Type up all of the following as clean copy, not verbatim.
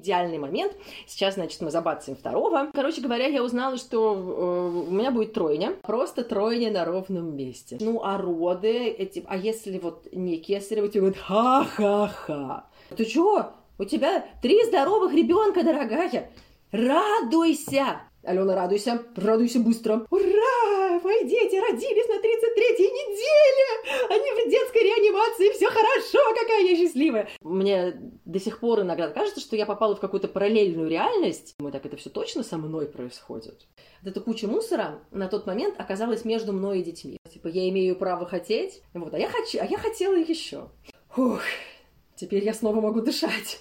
идеальный момент. Сейчас, значит, мы забацаем второго. Короче говоря, я узнала, что у меня будет тройня. Просто тройня на ровном месте. Ну, а роды эти... А если вот не кесарево, тебе говорят, ха-ха-ха. Ты чё? У тебя 3 здоровых ребенка, дорогая. Радуйся! Алена, радуйся. Радуйся быстро. Ура! Мои дети родились на 33-й неделе! Они в детской реанимации, все хорошо, какая я счастливая! Мне до сих пор иногда кажется, что я попала в какую-то параллельную реальность. Так это все точно со мной происходит. Вот эта куча мусора на тот момент оказалась между мной и детьми. Типа, я имею право хотеть, вот, а я хотела еще. Фух, теперь я снова могу дышать.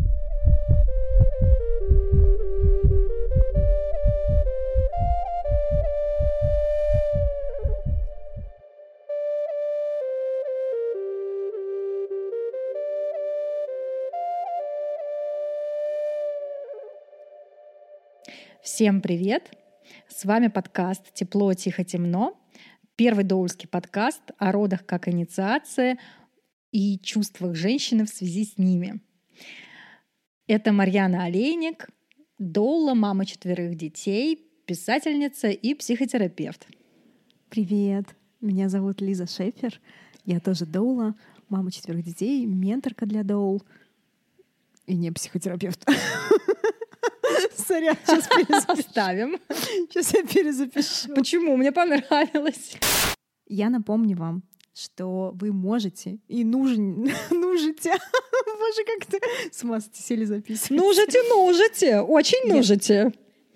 Всем привет! С вами подкаст «Тепло, тихо, темно». Первый доульский подкаст о родах как инициации и чувствах женщины в связи с ними. Это Марьяна Олейник, доула, мама 4 детей, писательница и психотерапевт. Привет! Меня зовут Лиза Шефер. Я тоже доула, мама 4 детей, менторка для доул и не психотерапевт. Сорян, сейчас Оставим. Сейчас я перезапишу. Почему? Мне понравилось. Я напомню вам, что вы можете и нужите. Боже, как ты с ума сели записывать. Нужите, очень нужите.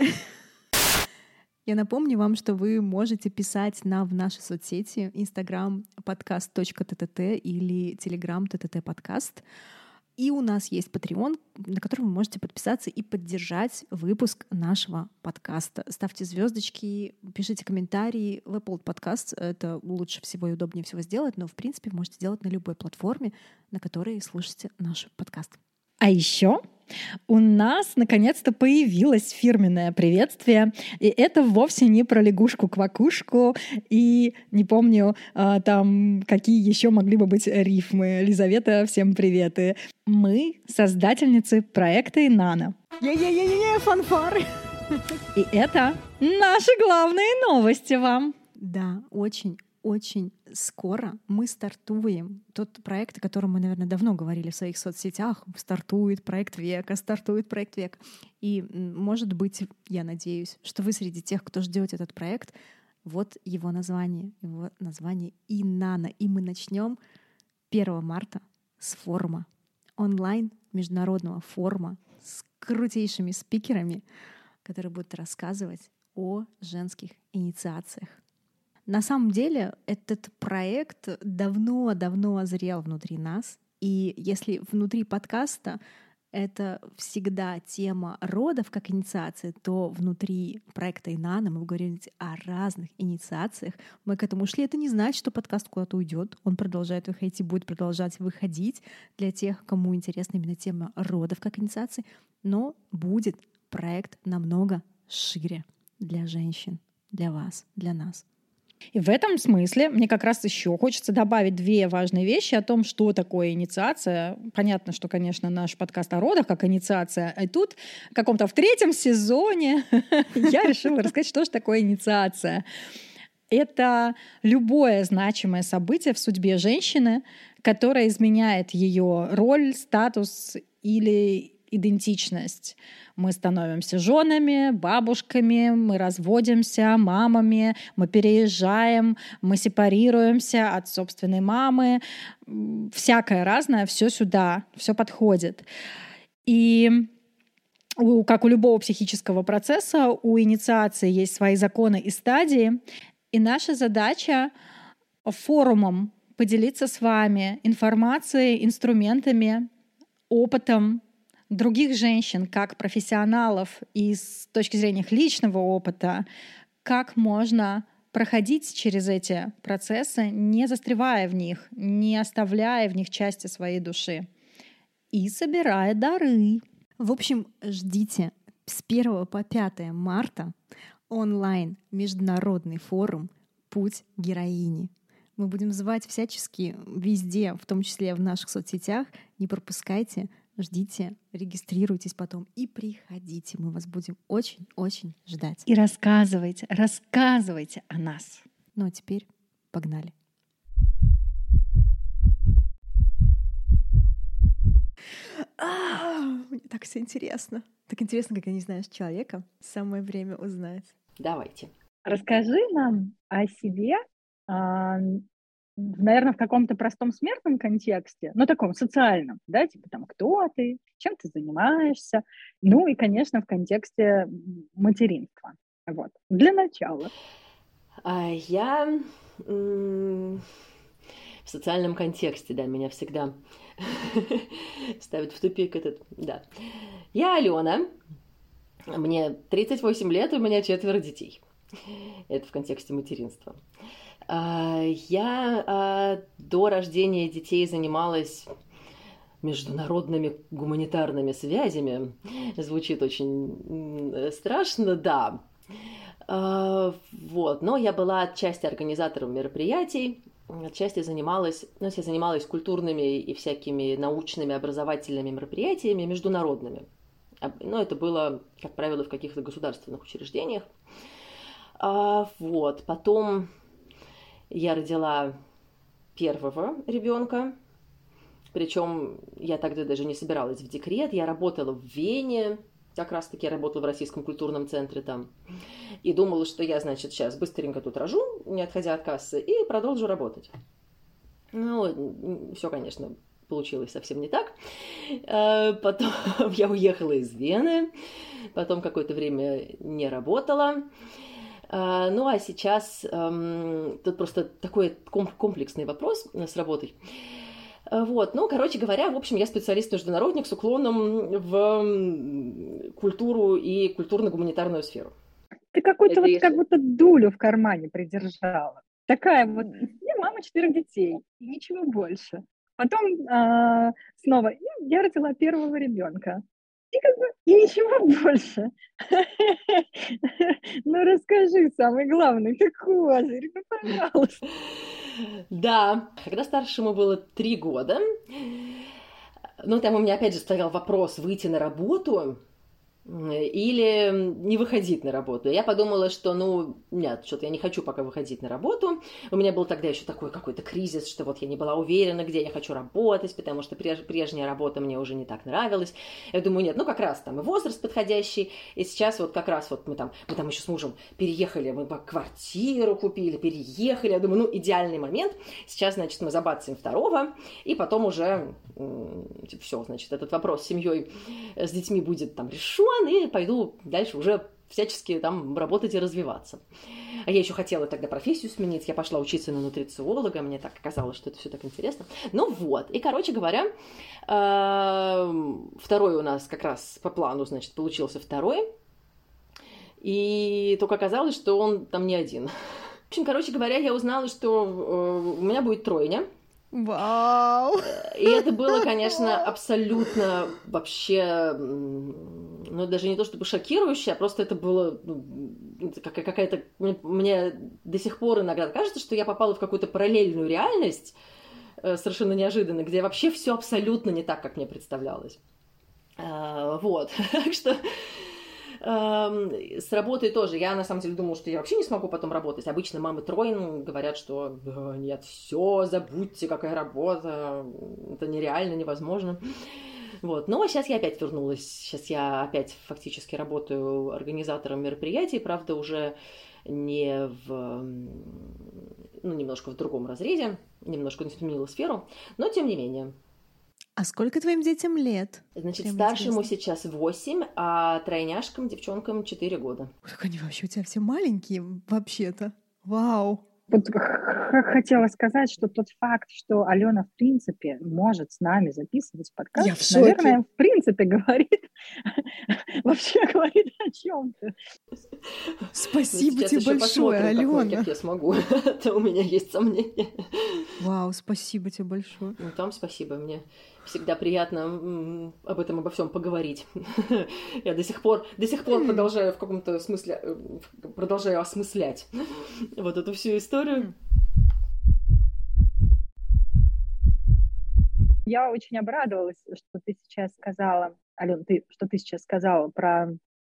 Я напомню вам, что вы можете писать нам в наши соцсети: Instagram подкаст.тт или Telegram ТТТ подкаст. И у нас есть Patreon, на который вы можете подписаться и поддержать выпуск нашего подкаста. Ставьте звездочки, пишите комментарии. В Apple Podcast это лучше всего и удобнее всего сделать, но в принципе вы можете делать на любой платформе, на которой слушаете наш подкаст. А еще у нас наконец-то появилось фирменное приветствие, и это вовсе не про лягушку-квакушку, и не помню, там какие еще могли бы быть рифмы. Лизавета, всем приветы. Мы создательницы проекта «Инанна». Фанфары! И это наши главные новости вам. Да, очень скоро мы стартуем тот проект, о котором мы, наверное, давно говорили в своих соцсетях. Стартует проект века. И, может быть, я надеюсь, что вы среди тех, кто ждет этот проект. Вот его название. Его название «Инанна». И мы начнем 1 марта с форума. Онлайн международного форума с крутейшими спикерами, которые будут рассказывать о женских инициациях. На самом деле этот проект давно озрел внутри нас, и если внутри подкаста это всегда тема родов как инициации, то внутри проекта «Инанна» мы говорим о разных инициациях. Мы к этому шли. Это не значит, что подкаст куда-то уйдет. Он продолжает выходить и будет продолжать выходить для тех, кому интересна именно тема родов как инициации. Но будет проект намного шире для женщин, для вас, для нас. И в этом смысле мне как раз еще хочется добавить 2 важные вещи о том, что такое инициация. Понятно, что, конечно, наш подкаст о родах как инициация, а тут в каком-то в 3 сезоне я решила рассказать, что же такое инициация. Это любое значимое событие в судьбе женщины, которое изменяет ее роль, статус или идентичность. Мы становимся женами, бабушками, мы разводимся, мамами, мы переезжаем, мы сепарируемся от собственной мамы. Всякое разное, все сюда, все подходит. И как у любого психического процесса, у инициации есть свои законы и стадии. И наша задача форумом поделиться с вами информацией, инструментами, опытом других женщин, как профессионалов и с точки зрения их личного опыта, как можно проходить через эти процессы, не застревая в них, не оставляя в них части своей души и собирая дары. В общем, ждите с 1 по 5 марта онлайн международный форум «Путь героини». Мы будем звать всячески везде, в том числе в наших соцсетях. Не пропускайте. ждите, регистрируйтесь потом и приходите. Мы вас будем очень-очень ждать. И рассказывайте о нас. Ну а теперь погнали. Мне так все интересно. Так интересно, как я не знаешь человека. Самое время узнать. Давайте. Расскажи нам о себе, наверное, в каком-то простом смертном контексте, но таком социальном, да, типа там, кто ты, чем ты занимаешься, ну и, конечно, в контексте материнства. Вот. Для начала. Я в социальном контексте, да, меня всегда ставит в тупик этот, да. Я Алена, мне 38 лет, у меня 4 детей. Это в контексте материнства. Я до рождения детей занималась международными гуманитарными связями. Звучит очень страшно, да. Вот. Но я была отчасти организатором мероприятий, отчасти занималась культурными и всякими научными, образовательными мероприятиями международными. Но это было, как правило, в каких-то государственных учреждениях. Вот. Потом я родила первого ребенка, причем я тогда даже не собиралась в декрет, я работала в Вене, как раз-таки я работала в Российском культурном центре там, и думала, что я, значит, сейчас быстренько тут рожу, не отходя от кассы, и продолжу работать. Ну, все, конечно, получилось совсем не так. Потом я уехала из Вены, потом какое-то время не работала. Ну, а сейчас тут просто такой комплексный вопрос с работой. Вот, ну, короче говоря, в общем, я специалист-международник с уклоном в культуру и культурно-гуманитарную сферу. Ты какую-то вот как будто дулю в кармане придержала. Такая вот, я мама 4 детей, и ничего больше. Потом снова, я родила первого ребенка. И как бы и ничего больше. Ну, расскажи самый главный, ты козырь, ну, пожалуйста. Да, когда старшему было 3 года, ну, там у меня опять же стоял вопрос, выйти на работу или не выходить на работу. Я подумала, что, ну, нет, что-то я не хочу пока выходить на работу. У меня был тогда еще такой какой-то кризис, что вот я не была уверена, где я хочу работать, потому что прежняя работа мне уже не так нравилась. Я думаю, нет, ну, как раз там и возраст подходящий, и сейчас вот как раз вот мы там еще с мужем переехали, мы квартиру купили, переехали. Я думаю, ну, идеальный момент. Сейчас, значит, мы забацаем второго, и потом уже, типа, все, значит, этот вопрос с семьей, с детьми будет там решен, и пойду дальше уже всячески там работать и развиваться. А я еще хотела тогда профессию сменить, я пошла учиться на нутрициолога, мне так казалось, что это все так интересно. Ну вот, и, короче говоря, второй у нас как раз по плану, значит, получился второй, и только оказалось, что он там не один. В общем, короче говоря, я узнала, что у меня будет тройня. Вау! И это было, конечно, абсолютно вообще, ну, даже не то чтобы шокирующе, а просто это было какая-то... Мне до сих пор иногда кажется, что я попала в какую-то параллельную реальность, совершенно неожиданно, где вообще все абсолютно не так, как мне представлялось. Вот, так что... С работой тоже. Я, на самом деле, думала, что я вообще не смогу потом работать. Обычно мамы троин говорят, что нет, все, забудьте, какая работа, это нереально, невозможно. Вот. Но сейчас я опять вернулась. Сейчас я опять фактически работаю организатором мероприятий, правда, уже не в... Ну, немножко в другом разрезе, немножко сменила сферу, но тем не менее. А сколько твоим детям лет? Значит, Прям старшему интересно. сейчас 8, а тройняшкам, девчонкам 4 года. Так они вообще у тебя все маленькие, вообще-то. Вау! Вот хотела сказать, что тот факт, что Алена, в принципе, может с нами записывать подкаст, Я в шоке. наверное, в принципе, вообще говорит о чем-то. Спасибо тебе большое, Алена. Как я смогу. Это у меня есть сомнения. Вау, спасибо тебе большое. Ну, там спасибо. Мне всегда приятно обо всем поговорить. Я до сих пор продолжаю в каком-то смысле осмыслять вот эту всю историю. я очень обрадовалась, что ты сейчас сказала, Ален, что ты сейчас сказала про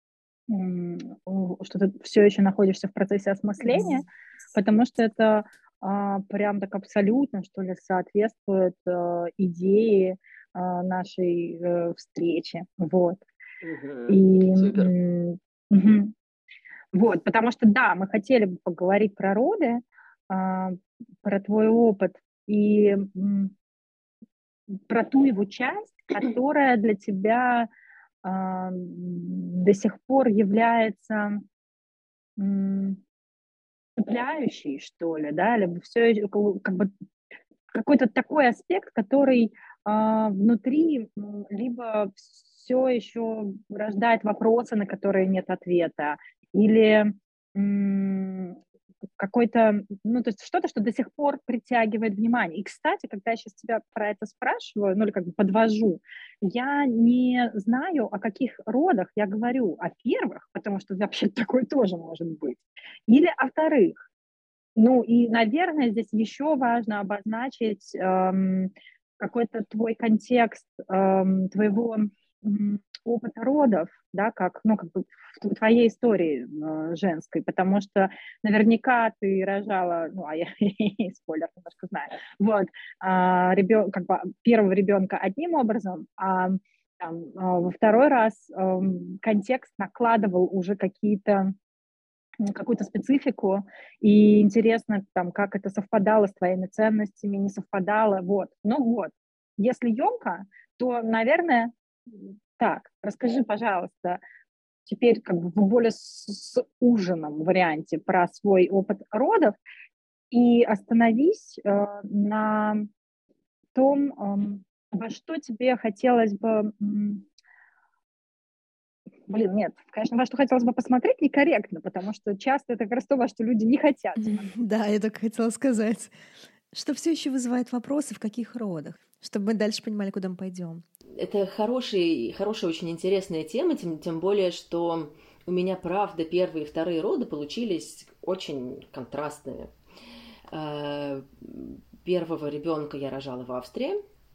что ты все еще находишься в процессе осмысления, потому что это прям так абсолютно, что ли, соответствует идее нашей встречи. Вот. Супер. Вот, потому что, да, мы хотели бы поговорить про роды, про твой опыт и про ту его часть, которая для тебя до сих пор является цепляющей, что ли, да, либо все как бы какой-то такой аспект, который внутри либо все еще рождает вопросы, на которые нет ответа, или какой-то, ну, то есть что-то, что до сих пор притягивает внимание. И, кстати, когда я сейчас тебя про это спрашиваю, ну, или как бы подвожу, я не знаю, о каких родах я говорю. О первых, потому что вообще такое тоже может быть, или о вторых. Ну, и, наверное, здесь еще важно обозначить какой-то твой контекст твоего опыта родов, да, как, ну, как бы в твоей истории женской, потому что наверняка ты рожала, ну, а я спойлер немножко знаю, вот, как бы первого ребенка одним образом, а там, во второй раз контекст накладывал уже какую-то специфику, и интересно, там, как это совпадало с твоими ценностями, не совпадало, вот. Ну вот, если емко, то, наверное, так, расскажи, пожалуйста, теперь как бы в более суженном варианте про свой опыт родов и остановись на том, во что тебе хотелось бы... Нет, конечно, во что хотелось бы посмотреть, некорректно, потому что часто это как раз то, во что люди не хотят смотреть. Да, я только хотела сказать, что все еще вызывает вопросы, в каких родах, чтобы мы дальше понимали, куда мы пойдем. Это хорошая, очень интересная тема, тем более, что у меня, правда, первые и вторые роды получились очень контрастными. Первого ребенка я рожала в Австрии,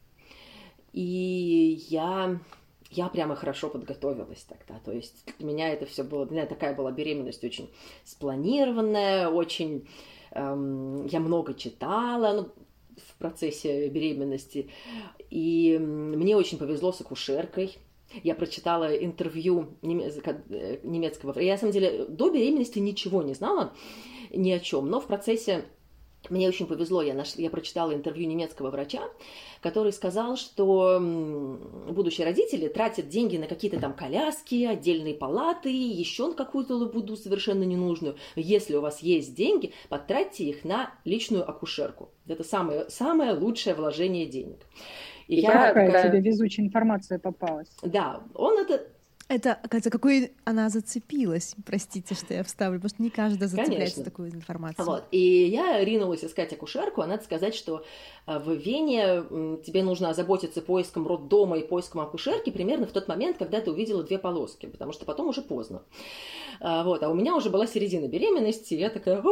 и я прямо хорошо подготовилась тогда. То есть для меня это все было... Для меня такая была беременность очень спланированная, очень... я много читала в процессе беременности. И мне очень повезло с акушеркой. Я прочитала интервью немецкого... Я, на самом деле, до беременности ничего не знала ни о чем, но в процессе... Мне очень повезло, я прочитала интервью немецкого врача, который сказал, что будущие родители тратят деньги на какие-то там коляски, отдельные палаты, еще на какую-то лабуду совершенно ненужную. Если у вас есть деньги, потратьте их на личную акушерку. Это самое лучшее вложение денег. И какая тебе везучая информация попалась. Да, он это... Это, оказывается, какой она зацепилась. Простите, что я вставлю, потому что не каждый зацепляется такую информацию. Вот. И я ринулась искать акушерку, а надо сказать, что в Вене тебе нужно озаботиться поиском роддома и поиском акушерки примерно в тот момент, когда ты увидела 2 полоски, потому что потом уже поздно. Вот. А у меня уже была середина беременности, и я такая...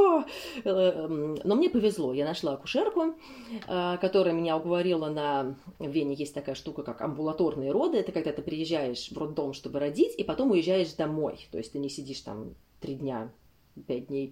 Но мне повезло, я нашла акушерку, которая меня уговорила В Вене есть такая штука, как амбулаторные роды. Это когда ты приезжаешь в роддом, чтобы родить, и потом уезжаешь домой. То есть ты не сидишь там 3 дня, 5 дней.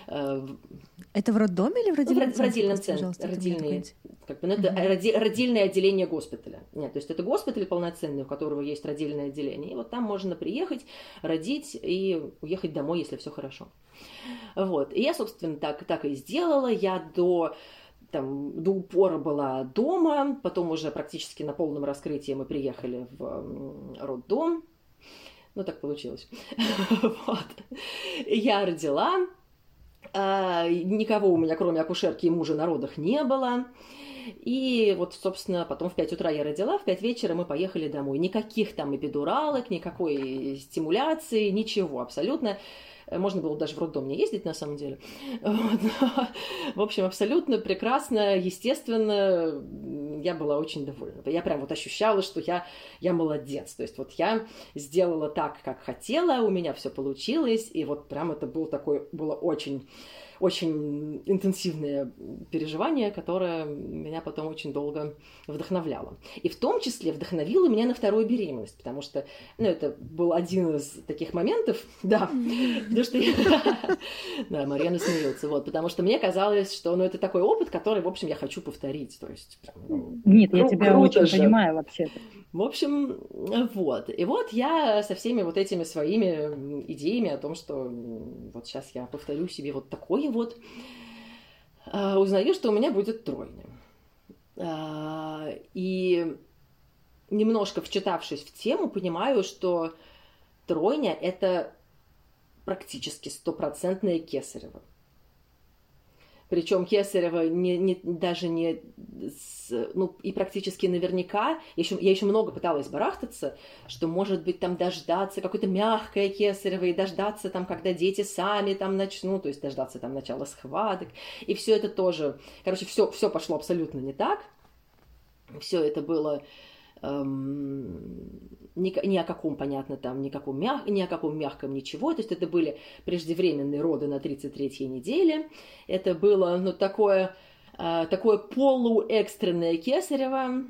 Это в роддоме или в родильном центре? В родильном центре. Это родильное отделение госпиталя. Нет, то есть это госпиталь полноценный, у которого есть родильное отделение. И вот там можно приехать, родить и уехать домой, если все хорошо. Вот. И я, собственно, так и сделала. Я до упора была дома, потом уже практически на полном раскрытии мы приехали в роддом. Ну, так получилось. Вот. Я родила. Никого у меня, кроме акушерки и мужа, на родах не было. И вот, собственно, потом в 5 утра я родила, в 5 вечера мы поехали домой. Никаких там эпидуралок, никакой стимуляции, ничего абсолютно. Можно было даже в роддом не ездить, на самом деле. Вот. В общем, абсолютно прекрасно, естественно, я была очень довольна. Я прям вот ощущала, что я молодец. То есть вот я сделала так, как хотела, у меня все получилось, и вот прям это было очень очень интенсивное переживание, которое меня потом очень долго вдохновляло. И в том числе вдохновило меня на вторую беременность, потому что, ну, это был один из таких моментов, да, потому что да, Марьяна смеется, вот, потому что мне казалось, что, ну, это такой опыт, который, в общем, я хочу повторить, то есть... Нет, я тебя очень понимаю вообще-то. В общем, вот. И вот я со всеми вот этими своими идеями о том, что вот сейчас я повторю себе вот такое вот, узнаю, что у меня будет тройня. И немножко вчитавшись в тему, понимаю, что тройня – это практически стопроцентное кесарево. Причем кесарево даже не... Ну, и практически наверняка... Я еще много пыталась барахтаться, что, может быть, там дождаться какое-то мягкое кесарево, и дождаться там, когда дети сами там начнут, то есть дождаться там начала схваток. И все это тоже... Короче, все пошло абсолютно не так. Все это было... ни о каком, понятно, там, ни о каком мягком ничего. То есть это были преждевременные роды на 33-й неделе. Это было, ну, такое полуэкстренное кесарево.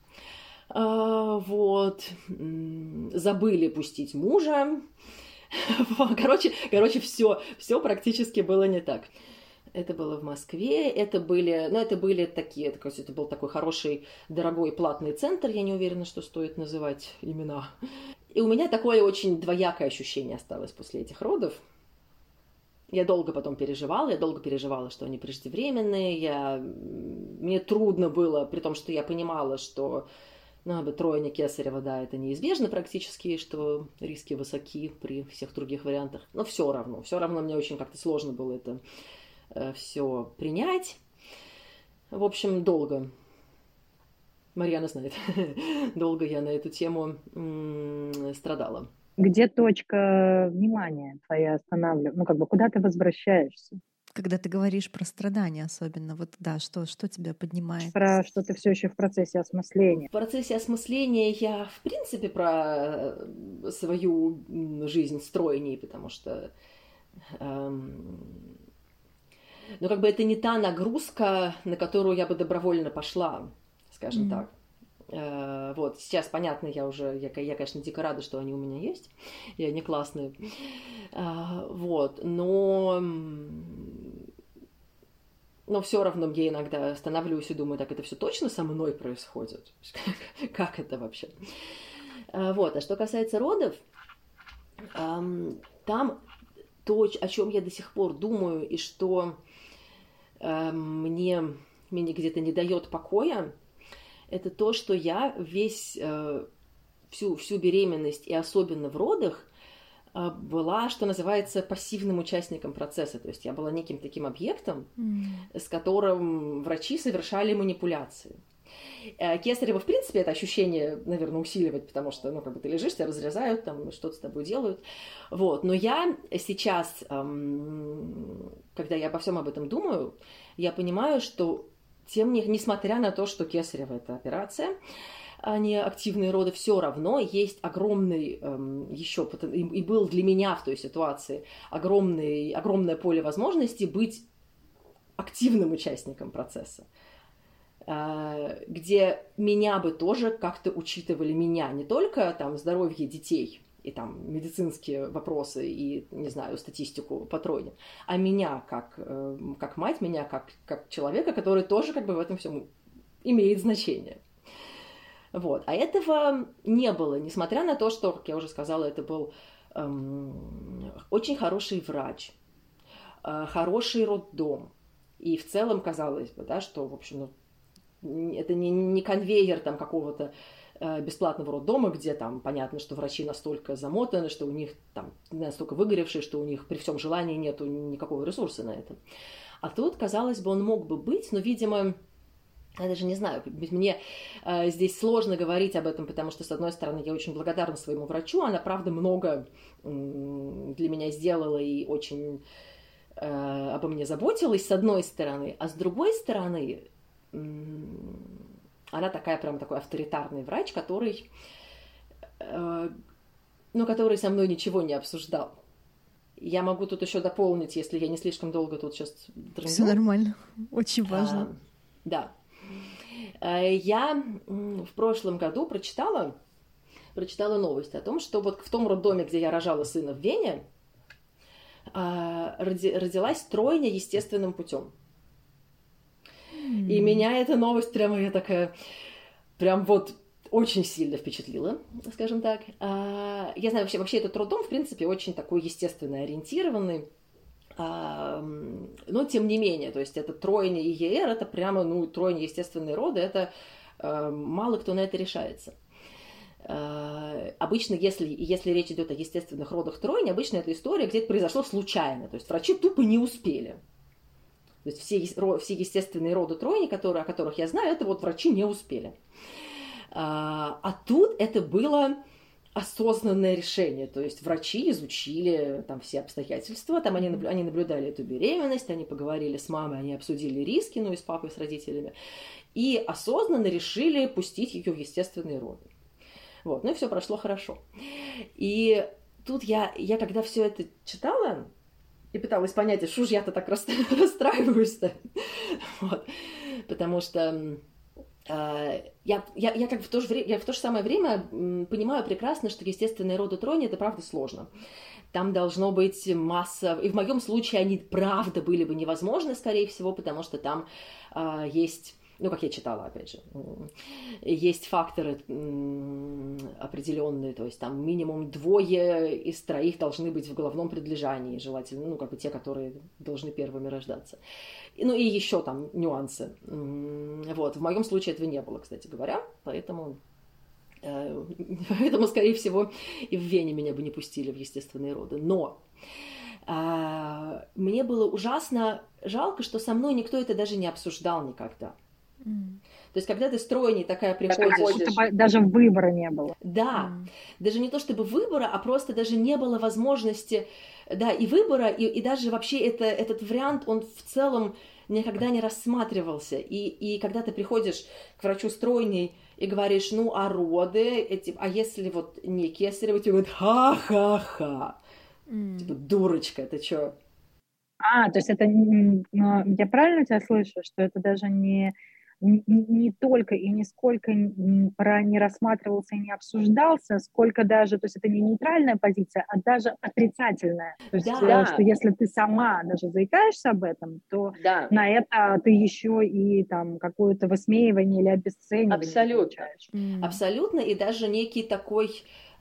Вот. Забыли пустить мужа. Короче, все практически было не так. Это было в Москве, это был такой хороший, дорогой платный центр, я не уверена, что стоит называть имена. И у меня такое очень двоякое ощущение осталось после этих родов. Я долго потом переживала, что они преждевременные, мне трудно было, при том, что я понимала, что тройня кесарева, да, это неизбежно практически, что риски высоки при всех других вариантах, но все равно мне очень как-то сложно было это все принять. В общем, долго. Марьяна знает. Долго я на эту тему страдала. Где точка внимания твоя останавливается? Ну, как бы, куда ты возвращаешься? Когда ты говоришь про страдания особенно, вот да, что тебя поднимает? Про что ты все еще в процессе осмысления. В процессе осмысления я, в принципе, про свою жизнь с тройней, потому что но как бы это не та нагрузка, на которую я бы добровольно пошла, скажем так. Вот, сейчас, понятно, я, конечно, дико рада, что они у меня есть, и они классные. Вот, но все равно я иногда останавливаюсь и думаю, так это все точно со мной происходит? Как это вообще? Вот, а что касается родов, там то, о чем я до сих пор думаю, и что мне где-то не дает покоя, это то, что я всю беременность и особенно в родах была, что называется, пассивным участником процесса. То есть я была неким таким объектом, с которым врачи совершали манипуляции. Кесарево, в принципе, это ощущение, наверное, усиливать, потому что, как бы ты лежишь, тебя разрезают, там что-то с тобой делают. Вот. Но я сейчас, когда я обо всем об этом думаю, я понимаю, что несмотря на то, что кесарево – это операция, а не активные роды, все равно есть огромный еще, и был для меня в той ситуации огромное поле возможностей быть активным участником процесса, где меня бы тоже как-то учитывали, не только там здоровье детей и там медицинские вопросы и, не знаю, статистику по тройне, а меня как мать, меня как человека, который тоже как бы в этом всем имеет значение. Вот. А этого не было, несмотря на то, что, как я уже сказала, это был очень хороший врач, хороший роддом. И в целом казалось бы, да, что, в общем, это не конвейер там какого-то бесплатного роддома, где там понятно, что врачи настолько замотаны, что у них там настолько выгоревшие, что у них при всем желании нету никакого ресурса на это. А тут, казалось бы, он мог бы быть, но, видимо, я даже не знаю, мне здесь сложно говорить об этом, потому что, с одной стороны, я очень благодарна своему врачу, она, правда, много для меня сделала и очень обо мне заботилась, с одной стороны, а с другой стороны, она такой авторитарный врач, который со мной ничего не обсуждал. Я могу тут еще дополнить, если я не слишком долго тут сейчас дрожу. Все нормально, очень важно. Да. Я в прошлом году прочитала новость о том, что вот в том роддоме, где я рожала сына в Вене, родилась тройня естественным путем. И меня эта новость прямо, я такая, прям вот очень сильно впечатлила, скажем так. Я знаю, вообще этот роддом, в принципе, очень такой естественно ориентированный. Но тем не менее, то есть это тройня ИЕР, это прямо, тройня естественные роды, это мало кто на это решается. Обычно, если речь идет о естественных родах тройни, обычно эта история где-то произошла случайно, то есть врачи тупо не успели. То есть все естественные роды тройни, о которых я знаю, это вот врачи не успели. А тут это было осознанное решение, то есть врачи изучили там все обстоятельства, там они наблюдали эту беременность, они поговорили с мамой, они обсудили риски, и с папой, с родителями, и осознанно решили пустить ее в естественные роды. Вот, и все прошло хорошо. И тут я когда все это читала и пыталась понять, что же я-то так расстраиваюсь-то, вот, потому что я как в то же самое время понимаю прекрасно, что естественные роды тройни это правда сложно. Там должно быть масса... И в моем случае они правда были бы невозможны, скорее всего, потому что там есть... как я читала, опять же, есть факторы определенные, то есть там минимум 2 из 3 должны быть в головном предлежании, желательно, те, которые должны первыми рождаться. И еще там нюансы. Вот, в моем случае этого не было, кстати говоря, поэтому, скорее всего, и в Вене меня бы не пустили в естественные роды. Но мне было ужасно жалко, что со мной никто это даже не обсуждал никогда. То есть, когда ты с тройней такая приходишь... Даже выбора не было. Да, даже не то чтобы выбора, а просто даже не было возможности, да, и выбора, и даже вообще этот вариант, он в целом никогда не рассматривался. И когда ты приходишь к врачу с тройней и говоришь, а роды, а если вот не кесарево, тебе говорят, ха-ха-ха, типа, дурочка, ты чё? То есть это, я правильно тебя слышу, что это даже не только и не сколько не рассматривался и не обсуждался, сколько даже, то есть это не нейтральная позиция, а даже отрицательная. То есть, что если ты сама даже заикаешься об этом, то на это ты еще и там какое-то высмеивание или обесценивание получаешь. Абсолютно, и даже некий такой...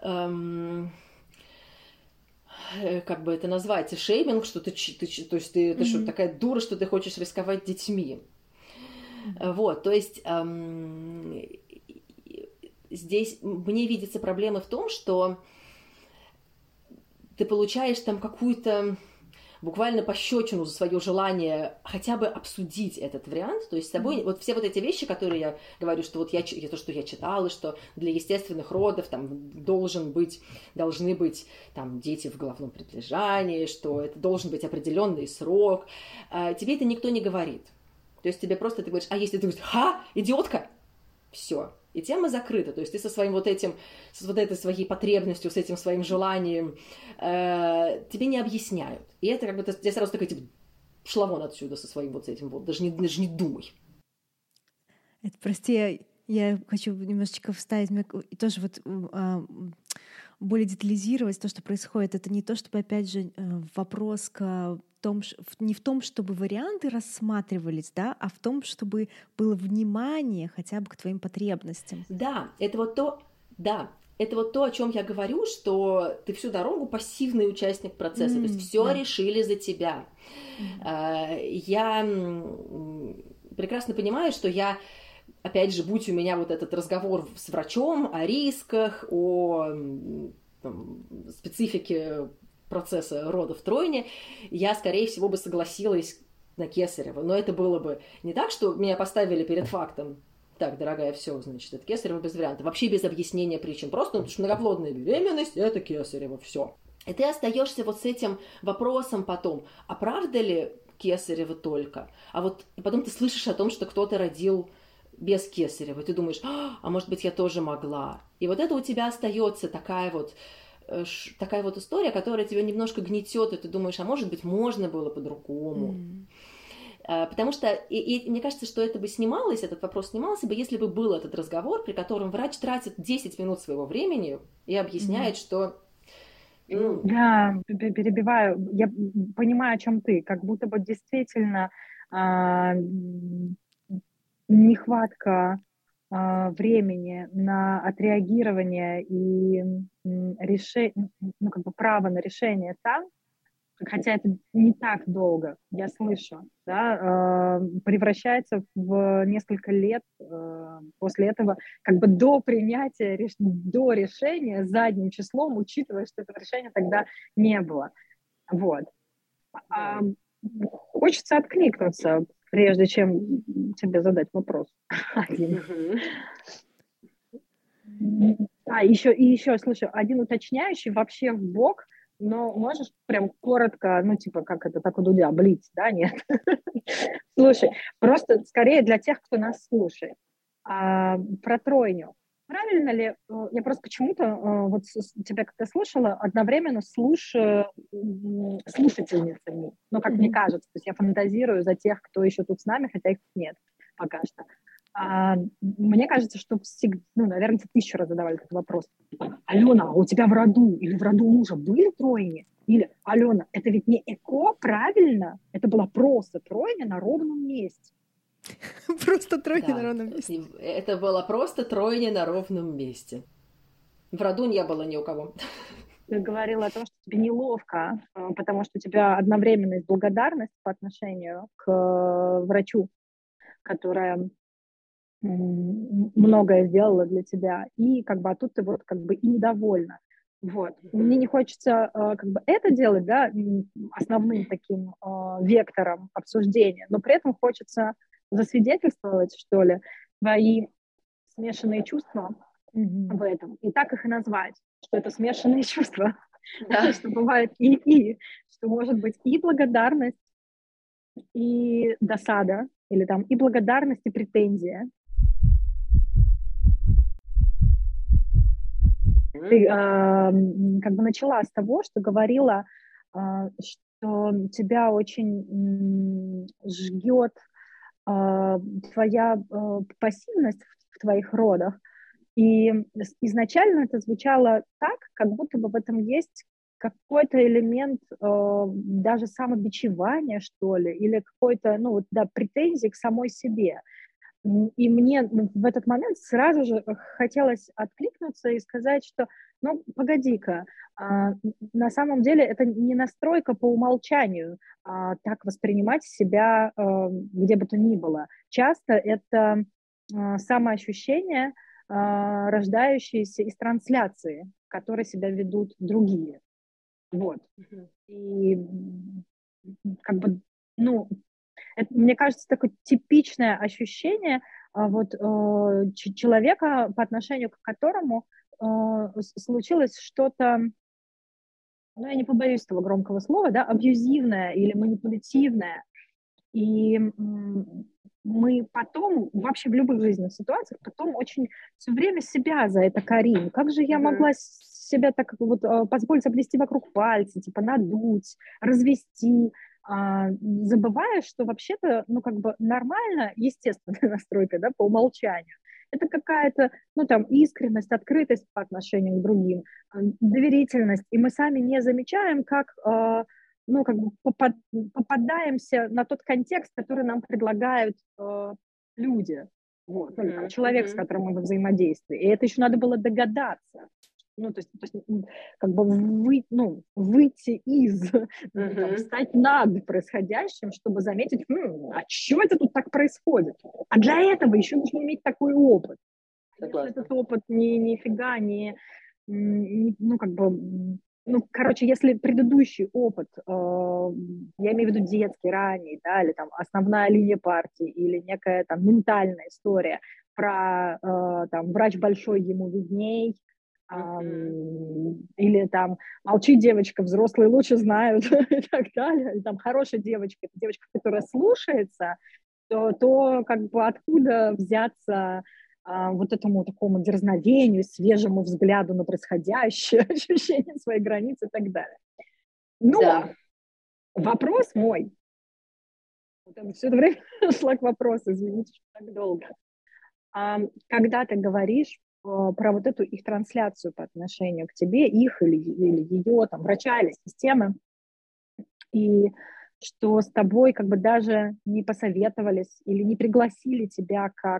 как бы это назвать, шейминг, что ты что, такая дура, что ты хочешь рисковать детьми. Вот, то есть здесь мне видится проблема в том, что ты получаешь там какую-то буквально пощечину за свое желание хотя бы обсудить этот вариант, то есть с собой, вот все вот эти вещи, которые я говорю, что вот то, что я читала, что для естественных родов там должны быть там дети в головном предлежании, что это должен быть определенный срок, тебе это никто не говорит. То есть тебе просто, ты говоришь, если ты говоришь, идиотка, все, и тема закрыта. То есть ты со своим с вот этой своей потребностью, с этим своим желанием, тебе не объясняют. И это как бы, я сразу такая, типа, шла вон отсюда со своим вот этим вот, даже не думай. Это, прости, я хочу немножечко вставить, и тоже вот более детализировать то, что происходит. Это не то, чтобы, опять же, вопрос не в том, чтобы варианты рассматривались, да, а в том, чтобы было внимание хотя бы к твоим потребностям. Да, это вот то, о чем я говорю, что ты всю дорогу пассивный участник процесса, то есть все решили за тебя. Я прекрасно понимаю, что опять же, будь у меня вот этот разговор с врачом о рисках, о специфике процесса родов тройни, я, скорее всего, бы согласилась на кесарево. Но это было бы не так, что меня поставили перед фактом. Так, дорогая, все, значит, это кесарево без варианта. Вообще без объяснения причин. Просто, потому что многоплодная беременность – это кесарево, все. И ты остаешься вот с этим вопросом потом, а правда ли кесарево только? А вот потом ты слышишь о том, что кто-то родил без кесарева, и ты думаешь, а может быть, я тоже могла. И вот это у тебя остается такая вот такая вот история, которая тебя немножко гнетет, и ты думаешь, а может быть, можно было по-другому. Потому что, и мне кажется, что это бы снималось, этот вопрос снимался бы, если бы был этот разговор, при котором врач тратит 10 минут своего времени и объясняет, что... Да, перебиваю. Я понимаю, о чем ты. Как будто бы действительно нехватка времени на отреагирование и решение, ну, как бы право на решение там, хотя это не так долго, я слышу, да, превращается в несколько лет после этого, как бы до принятия, до решения задним числом, учитывая, что этого решения тогда не было. Вот. Хочется откликнуться, прежде чем тебе задать вопрос. Еще, слушай, один уточняющий вообще в бок, но можешь прям коротко, ну, типа, как это, так у Дудя, блиц, да, нет? Слушай, просто скорее для тех, кто нас слушает. Про тройню. Правильно ли, я просто почему-то вот тебя когда слушала, одновременно слушаю слушательницами, ну, как мне кажется, то есть я фантазирую за тех, кто еще тут с нами, хотя их нет пока что. Мне кажется, что всегда, ну, наверное, 1000 раз задавали этот вопрос. Алена, а у тебя в роду или в роду мужа были тройни? Или, Алена, это ведь не ЭКО, правильно? Это была просто тройня на ровном месте. Просто тройня на ровном месте. Это была просто тройня на ровном месте. В роду не было ни у кого. Ты говорила о том, что тебе неловко, потому что у тебя одновременно есть благодарность по отношению к врачу, которая многое сделала для тебя, и как бы, а тут ты вот как бы и недовольна. Вот. Мне не хочется как бы это делать, да, основным таким вектором обсуждения, но при этом хочется засвидетельствовать, что ли, твои смешанные чувства в этом, и так их и назвать, что это смешанные чувства, что бывает и, что может быть и благодарность, и досада, или там и благодарность, и претензия. Ты как бы начала с того, что говорила, что тебя очень жгет твоя пассивность в твоих родах. И изначально это звучало так, как будто бы в этом есть какой-то элемент даже самобичевания, что ли, или какой-то, ну, вот, да, претензии к самой себе. И мне в этот момент сразу же хотелось откликнуться и сказать, что, ну, погоди-ка, на самом деле это не настройка по умолчанию так воспринимать себя где бы то ни было. Часто это самоощущение, рождающееся из трансляции, в которой себя ведут другие. Вот. И как бы, ну, это, мне кажется, такое типичное ощущение вот, человека, по отношению к которому случилось что-то, ну, я не побоюсь этого громкого слова, да, абьюзивное или манипулятивное. И мы потом, вообще в любых жизненных ситуациях, потом очень все время себя за это корим. Как же я могла себя так вот позволить облести вокруг пальца, типа надуть, развести, забывая, что вообще-то, ну, как бы нормально, естественная настройка, да, по умолчанию. Это какая-то, ну, там, искренность, открытость по отношению к другим, доверительность. И мы сами не замечаем, как, ну, как бы попадаемся на тот контекст, который нам предлагают люди. Вот, ну, там, человек, с которым мы во взаимодействии. И это еще надо было догадаться. Ну, то есть как бы выйти из, там, встать над происходящим, чтобы заметить, а что это тут так происходит? А для этого еще нужно иметь такой опыт. Если этот опыт нифига не, ну, как бы, ну, короче, если предыдущий опыт, я имею в виду детский, ранний, да, или там основная линия партии, или некая там ментальная история про там врач большой, ему видней, или там молчи, девочка, взрослые лучше знают и так далее. Или там хорошая девочка, девочка, которая слушается, то как бы откуда взяться вот этому такому дерзновению, свежему взгляду на происходящее, ощущение своей границы и так далее. Но Да. вопрос мой, все это время шла к вопросу, извините, что так долго. Когда ты говоришь про вот эту их трансляцию по отношению к тебе, их или ее, там, врача или системы, и что с тобой как бы даже не посоветовались или не пригласили тебя как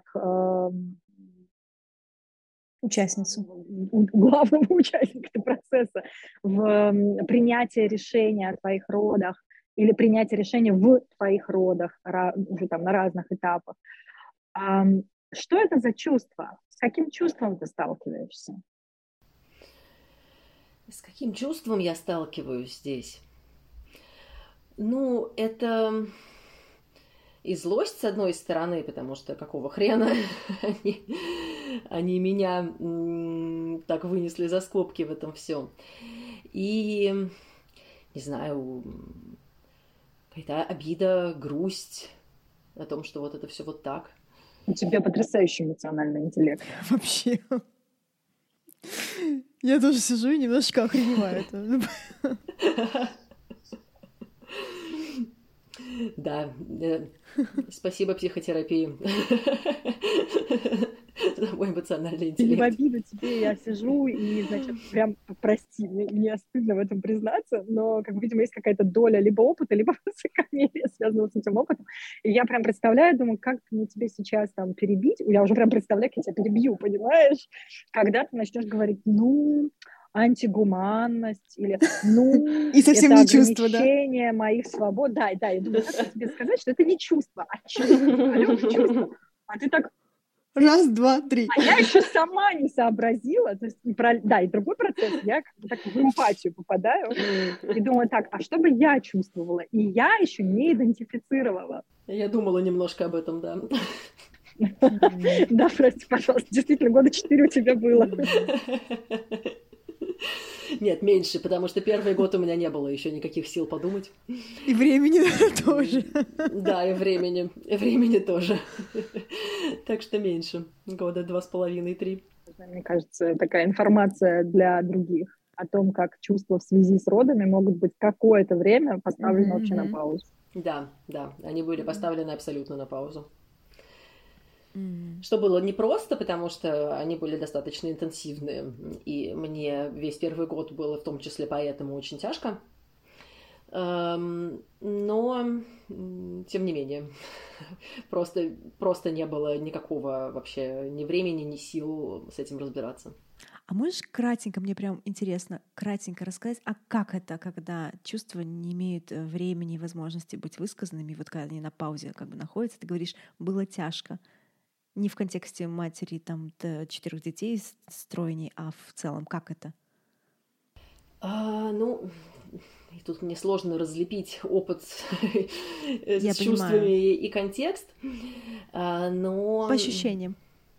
Участницу. главного участника процесса в принятии решения о твоих родах или принятии решения в твоих родах уже там на разных этапах. Что это за чувство? С каким чувством ты сталкиваешься? С каким чувством я сталкиваюсь здесь? Ну, это и злость, с одной стороны, потому что какого хрена они меня так вынесли за скобки в этом всем. И, не знаю, какая-то обида, грусть о том, что вот это все вот так. У тебя потрясающий эмоциональный интеллект. Вообще. Я тоже сижу и немножечко охреневаю. Да, спасибо психотерапии за мой эмоциональный интеллект. Не в обиду тебе, я сижу и, значит, прям, прости, мне стыдно в этом признаться, но, как видимо, есть какая-то доля либо опыта, либо высокомерия, связанного с этим опытом. И я прям представляю, думаю, как мне тебе сейчас там перебить, я уже прям представляю, как я тебя перебью, понимаешь? Когда ты начнешь говорить, антигуманность, или, и совсем это не чувство, ограничение моих свобод. Да, я думаю, как тебе сказать, что это не чувство, а чувство. А ты так... Раз, два, три. А я еще сама не сообразила, то есть, и другой процесс, я как-то так в эмпатию попадаю и думаю, так, а что бы я чувствовала? И я еще не идентифицировала. Я думала немножко об этом, да. Да, прости, пожалуйста, действительно, 4 года у тебя было. Нет, меньше, потому что первый год у меня не было еще никаких сил подумать. И времени тоже. Да, и времени тоже. Так что меньше, 2,5-3 года. Мне кажется, такая информация для других о том, как чувства в связи с родами могут быть какое-то время поставлены вообще на паузу. Да, они были поставлены абсолютно на паузу. Что было непросто, потому что они были достаточно интенсивные, и мне весь первый год было в том числе поэтому очень тяжко. Но, тем не менее, просто не было никакого вообще ни времени, ни сил с этим разбираться. А можешь кратенько, мне прям интересно, кратенько рассказать, а как это, когда чувства не имеют времени и возможности быть высказанными, вот когда они на паузе как бы находятся, ты говоришь, было тяжко. Не в контексте матери там 4 детей с тройней, а в целом, как это? И тут мне сложно разлепить опыт с чувствами и контекст. Но... По ощущениям.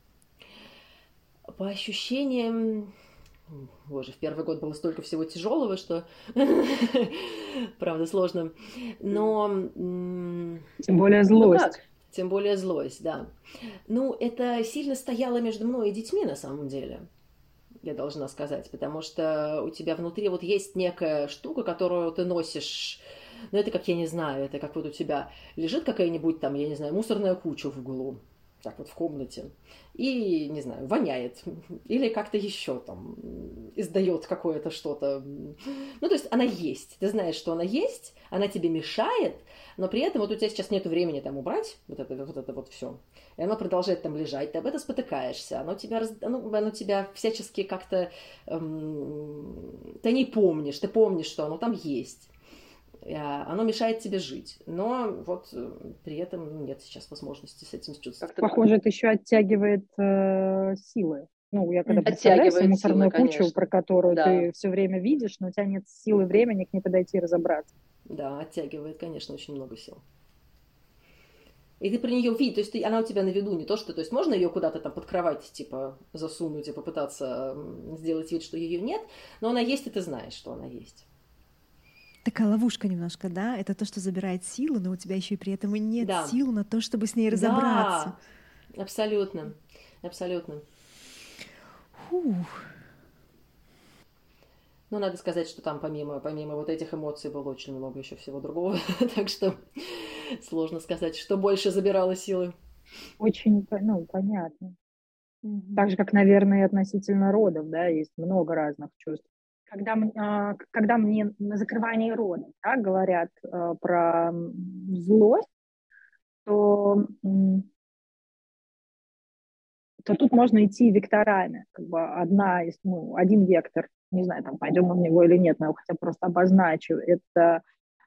По ощущениям... Боже, в первый год было столько всего тяжелого, что правда сложно. Но... Тем более злость. Тем более злость, да. Это сильно стояло между мной и детьми, на самом деле, я должна сказать, потому что у тебя внутри вот есть некая штука, которую ты носишь, это как, я не знаю, это как вот у тебя лежит какая-нибудь там, я не знаю, мусорная куча в углу, так вот в комнате, и, не знаю, воняет, или как-то еще там издает какое-то что-то. То есть она есть, ты знаешь, что она есть, она тебе мешает, но при этом вот у тебя сейчас нет времени там убрать вот это все, и оно продолжает там лежать, ты об этом спотыкаешься, оно тебя всячески как-то... ты не помнишь, ты помнишь, что оно там есть. Оно мешает тебе жить, но вот при этом нет сейчас возможности с этим чувствовать. Похоже, это еще оттягивает силы. Я когда представляю себе мусорную кучу, про которую ты все время видишь, но у тебя нет силы и времени к ней подойти и разобраться. Да, оттягивает, конечно, очень много сил. И ты про нее видишь, то есть она у тебя на виду, не то, что... То есть можно ее куда-то там под кровать, типа, засунуть и попытаться сделать вид, что ее нет, но она есть, и ты знаешь, что она есть. Такая ловушка немножко, да? Это то, что забирает силу, но у тебя еще и при этом и нет сил на то, чтобы с ней разобраться. Да, абсолютно. абсолютно. Фух. Ну, надо сказать, что там помимо вот этих эмоций было очень много еще всего другого, так что сложно сказать, что больше забирало силы. Очень, понятно. Так же, как, наверное, и относительно родов, да, есть много разных чувств. Когда мне на закрывании родов, да, говорят про злость, то тут можно идти векторами. Как бы один вектор, не знаю, там пойдем мы в него или нет, но я хотя бы просто обозначу, это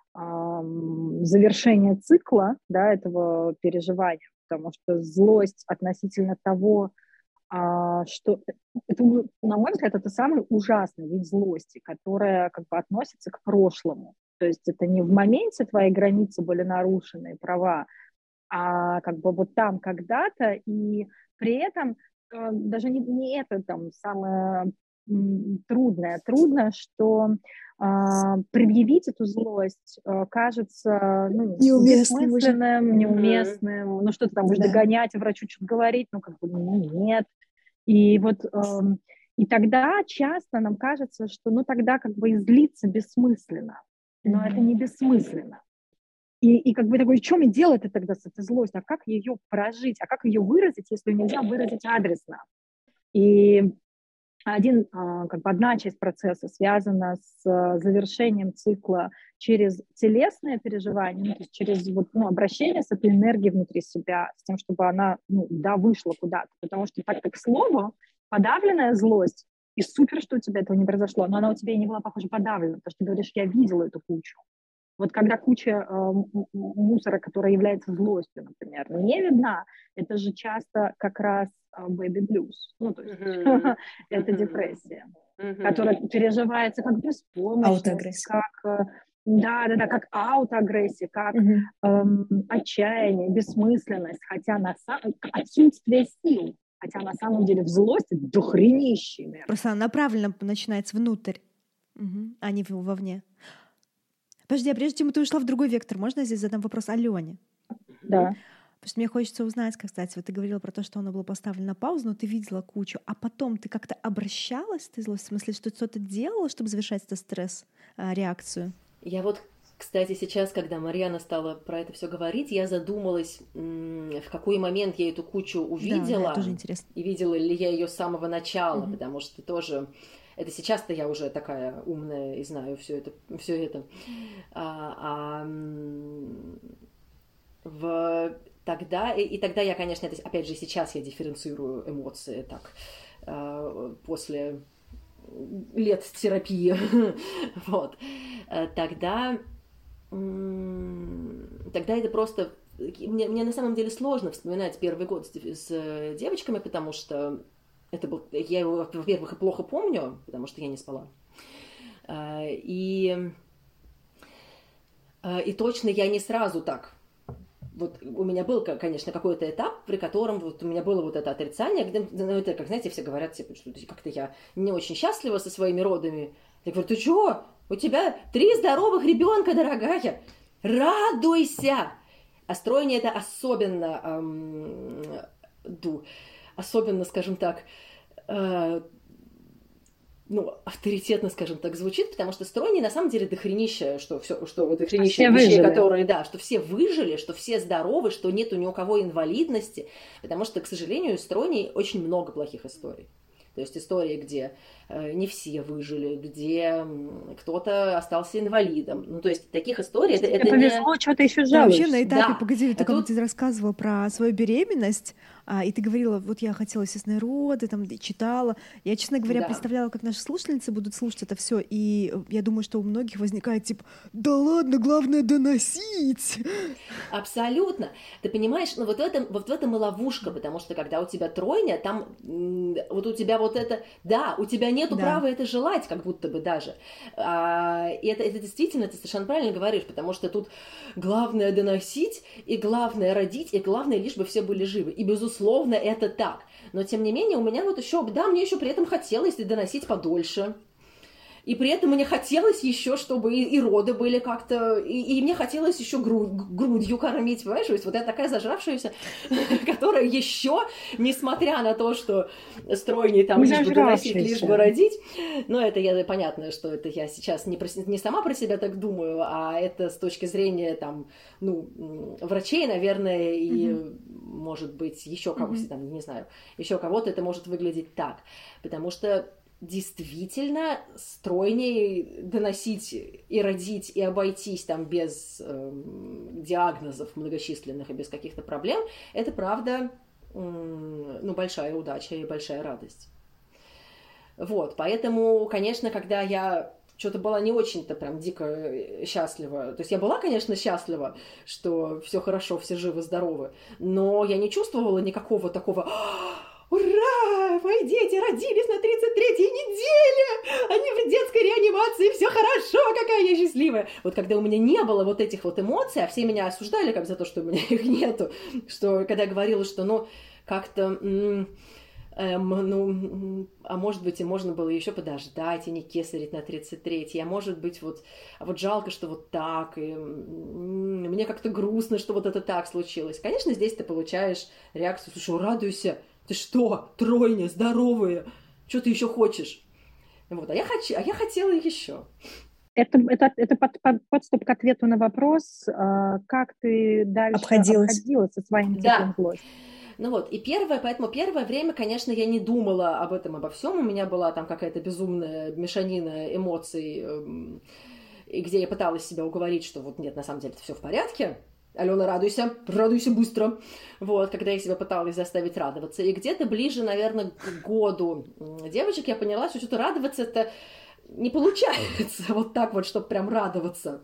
завершение цикла, да, этого переживания, потому что злость относительно того, что это, на мой взгляд, это самый ужасный вид злости, которая как бы относится к прошлому. То есть это не в моменте твои границы были нарушены, права, а как бы вот там когда-то, и при этом даже не это там самое трудное. Трудно, что предъявить эту злость кажется бессмысленным, неуместным, ну что-то там будешь догонять, врачу что-то говорить, ну как бы нет. И вот и тогда часто нам кажется, что тогда как бы и злиться бессмысленно, но это не бессмысленно. И как бы такой, что мне делать-то тогда с этой злостью? А как ее прожить? А как ее выразить, если ее нельзя выразить адресно? И одна часть процесса связана с завершением цикла через телесное переживание, то есть через обращение с этой энергией внутри себя, с тем, чтобы она вышла куда-то. Потому что так как слово, подавленная злость, и супер, что у тебя этого не произошло, но она у тебя и не была, похоже, подавлена, потому что ты говоришь, я видела эту кучу. Вот когда куча мусора, которая является злостью, например, не видна, это же часто как раз baby blues, то есть это депрессия, которая переживается как беспомощность, как аутоагрессия, как отчаяние, бессмысленность, отсутствие сил, хотя на самом деле в злости дохренище. Просто она направленно начинается внутрь, а не вовне. Подожди, а прежде чем ты ушла в другой вектор, можно я здесь задам вопрос Алене? Да. Потому что мне хочется узнать, кстати, вот ты говорила про то, что оно было поставлено на паузу, но ты видела кучу, а потом ты как-то обращалась с этой злостью, в смысле, что ты что-то делала, чтобы завершать эту стресс-реакцию? Я вот, кстати, сейчас, когда Марьяна стала про это все говорить, я задумалась, в какой момент я эту кучу увидела. Да, тоже интересно. И видела ли я ее с самого начала, потому что тоже... Это сейчас-то я уже такая умная и знаю все это. Тогда я, конечно, это, опять же, сейчас я дифференцирую эмоции так, после лет терапии. Вот. Тогда это просто... Мне на самом деле сложно вспоминать первый год с девочками, потому что я его, во-первых, и плохо помню, потому что я не спала. И точно я не сразу так. Вот у меня был, конечно, какой-то этап, при котором вот у меня было вот это отрицание, где, это, как, знаете, все говорят, типа, что как-то я не очень счастлива со своими родами. Я говорю, ты чё? У тебя 3 здоровых ребенка, дорогая! Радуйся! А стройня это особенно, скажем так, авторитетно, скажем так, звучит, потому что стройни на самом деле дохренище, что дохренище вещей, которые, что все выжили, что все здоровы, что нету ни у кого инвалидности, потому что, к сожалению, у стройней очень много плохих историй. То есть истории, где не все выжили, где кто-то остался инвалидом. То есть таких историй... Это повезло, что ты еще жалуешься. Вообще на этапе, погоди, ты как-то рассказывала про свою беременность, и ты говорила, вот я хотела естественные роды, там, читала. Я, честно говоря, представляла, как наши слушательницы будут слушать это все, и я думаю, что у многих возникает типа, да ладно, главное доносить. Абсолютно. Ты понимаешь, вот в этом и ловушка, потому что когда у тебя тройня, там вот у тебя вот это, у тебя нету права это желать, как будто бы даже. И это действительно, ты совершенно правильно говоришь, потому что тут главное доносить, и главное родить, и главное лишь бы все были живы. И, безусловно, это так. Но, тем не менее, у меня вот еще, мне еще при этом хотелось доносить подольше. И при этом мне хотелось еще, чтобы и роды были как-то... И мне хотелось еще грудью кормить, понимаешь? То есть вот я такая зажравшаяся, которая еще, несмотря на то, что стройней там лишь бы доносить, лишь бы родить, но это понятно, что это я сейчас не сама про себя так думаю, а это с точки зрения там, врачей, наверное, и, может быть, еще кого-то, там, не знаю, еще кого-то это может выглядеть так. Потому что действительно стройнее доносить и родить, и обойтись там без диагнозов многочисленных и без каких-то проблем, это правда, большая удача и большая радость. Вот, поэтому, конечно, когда я что-то была не очень-то прям дико счастлива. То есть я была, конечно, счастлива, что все хорошо, все живы, здоровы, но я не чувствовала никакого такого: ура, мои дети родились на 33-й неделе, они в детской реанимации, все хорошо, какая я счастливая. Вот когда у меня не было вот этих вот эмоций, а все меня осуждали как за то, что у меня их нету, что когда я говорила, что, как-то... а может быть, и можно было еще подождать и не кесарить на 33-й, а может быть, вот жалко, что вот так, и мне как-то грустно, что вот это так случилось. Конечно, здесь ты получаешь реакцию: слушай, радуйся, ты что, тройня, здоровая, что ты еще хочешь? Вот, а я хотела еще. Это подступ к ответу на вопрос, как ты дальше обходилась со своим циклом злости. И поэтому первое время, конечно, я не думала об этом, обо всем. У меня была там какая-то безумная мешанина эмоций, и где я пыталась себя уговорить, что вот нет, на самом деле все в порядке. Алена, радуйся быстро. Вот, когда я себя пыталась заставить радоваться. И где-то ближе, наверное, к году девочек я поняла, что что-то радоваться это не получается вот так вот, чтобы прям радоваться.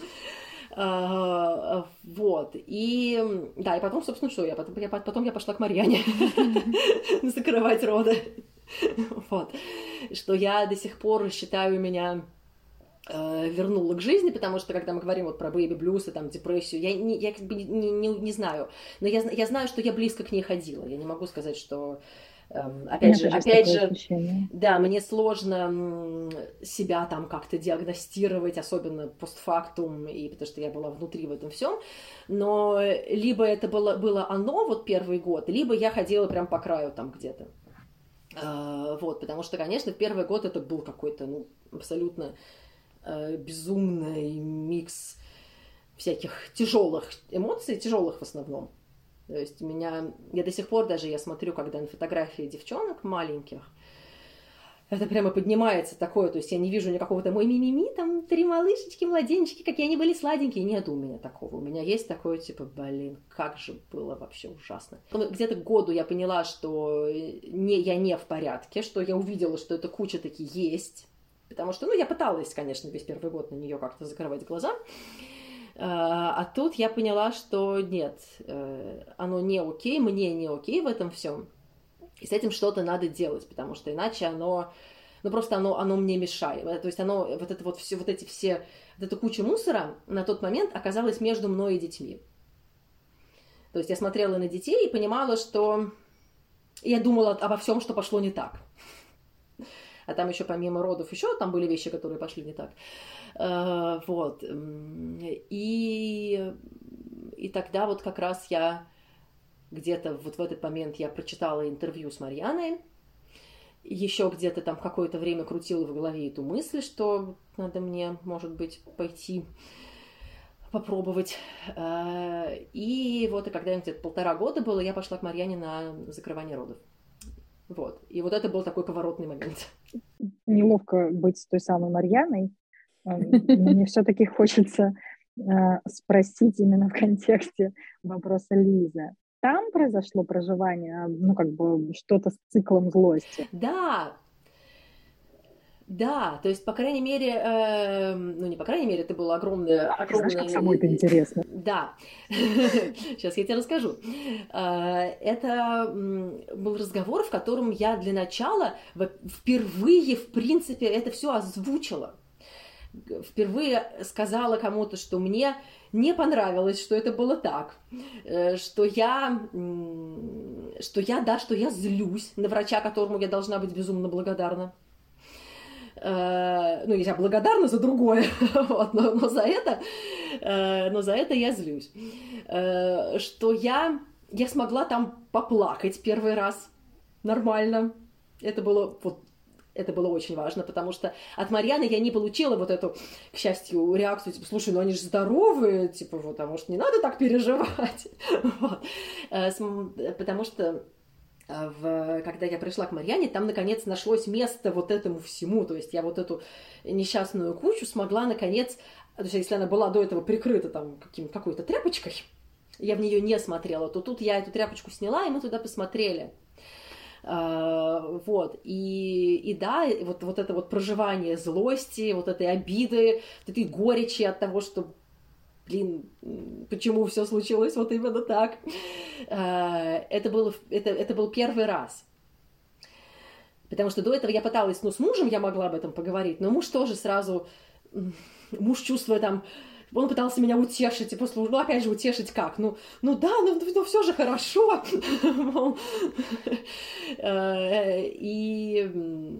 Вот, и потом, собственно, что потом я пошла к Марьяне закрывать роды. Вот, что я до сих пор считаю, меня вернула к жизни, потому что, когда мы говорим вот про бэйби-блюз и там депрессию, я как бы не знаю, но я знаю, что я близко к ней ходила. Я не могу сказать, что опять же, да, мне сложно себя там как-то диагностировать, особенно постфактум, и потому что я была внутри в этом всем, но либо это было оно, вот первый год, либо я ходила прям по краю там где-то. Вот, потому что, конечно, в первый год это был какой-то, абсолютно безумный микс всяких тяжелых эмоций, тяжелых в основном. То есть я до сих пор даже, я смотрю, когда на фотографии девчонок маленьких, это прямо поднимается такое, то есть я не вижу никакого там: ой, мимими, там 3 малышечки, младенчики, какие они были сладенькие. Нет у меня такого. У меня есть такое, типа, как же было вообще ужасно. Где-то к году я поняла, что я не в порядке, что я увидела, что эта куча таки есть. Потому что, я пыталась, конечно, весь первый год на нее как-то закрывать глаза. А тут я поняла, что нет, оно не окей, мне не окей в этом всем. И с этим что-то надо делать, потому что иначе оно мне мешает. То есть оно, эта куча мусора на тот момент оказалась между мной и детьми. То есть я смотрела на детей и понимала, что я думала обо всем, что пошло не так. А там еще помимо родов еще там были вещи, которые пошли не так. Вот. И тогда вот как раз я где-то вот в этот момент я прочитала интервью с Марьяной, еще где-то там какое-то время крутила в голове эту мысль, что надо мне, может быть, пойти попробовать. И вот, и когда где-то 1,5 года было, я пошла к Марьяне на закрывание родов. Вот. И вот это был такой поворотный момент. Неловко быть с той самой Марьяной. Мне все-таки хочется спросить именно в контексте вопроса Лизы. Там произошло проживание, что-то с циклом злости? Да, то есть, по крайней мере, не по крайней мере, это было огромное... Знаешь, как самой это интересно. Да, сейчас я тебе расскажу. Это был разговор, в котором я для начала впервые, в принципе, это все озвучила. Впервые сказала кому-то, что мне не понравилось, что это было так, что я злюсь на врача, которому я должна быть безумно благодарна. Ну, я благодарна за другое, вот, но за это я злюсь. Что я смогла там поплакать первый раз нормально. Это было очень важно, потому что от Марьяны я не получила вот эту, к счастью, реакцию, типа, слушай, ну они же здоровые, типа, вот, а может, не надо так переживать. Вот. Потому что когда я пришла к Марьяне, там, наконец, нашлось место вот этому всему, то есть я вот эту несчастную кучу смогла, наконец, то есть если она была до этого прикрыта там какой-то тряпочкой, я в нее не смотрела, то тут я эту тряпочку сняла, и мы туда посмотрели. Вот, и да, вот это вот проживание злости, вот этой обиды, вот этой горечи от того, что, блин, почему все случилось вот именно так, это был первый раз. Потому что до этого я пыталась, с мужем я могла об этом поговорить, но муж тоже сразу, чувствуя там, он пытался меня утешить, типа, опять же, утешить как? Ну все же хорошо. И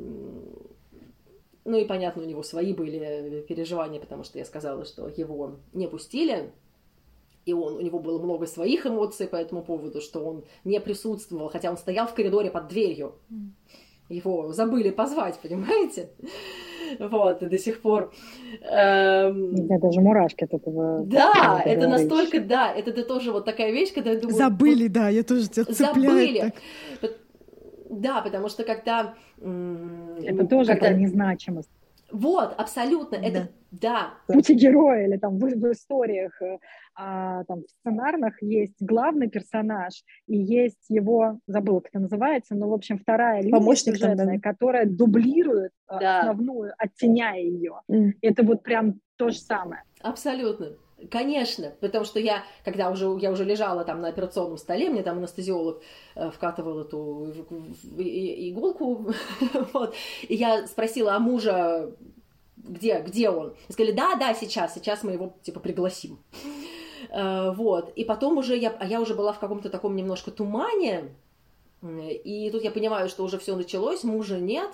понятно, у него свои были переживания, потому что я сказала, что его не пустили, и у него было много своих эмоций по этому поводу, что он не присутствовал, хотя он стоял в коридоре под дверью. Его забыли позвать, понимаете? Вот, и до сих пор... У меня даже мурашки от этого. Да, это настолько, да, это тоже вот такая вещь, когда я думаю... Забыли, да, я тоже тебя цепляю. Забыли. Да, потому что когда... Это тоже про незначимость. Вот, абсолютно, это, да. В «Пути героя» или там в историях, там в сценарных есть главный персонаж, и есть его, забыла, как это называется, но, в общем, вторая линия сюжетная, которая дублирует основную, оттеняя ее. Это вот прям то же самое. Абсолютно. Конечно, потому что я уже лежала там на операционном столе, мне там анестезиолог вкатывал эту иголку, вот, и я спросила мужа, где он? И сказали, да, сейчас мы его, типа, пригласим. Вот, и потом уже я уже была в каком-то таком немножко тумане, и тут я понимаю, что уже все началось, мужа нет,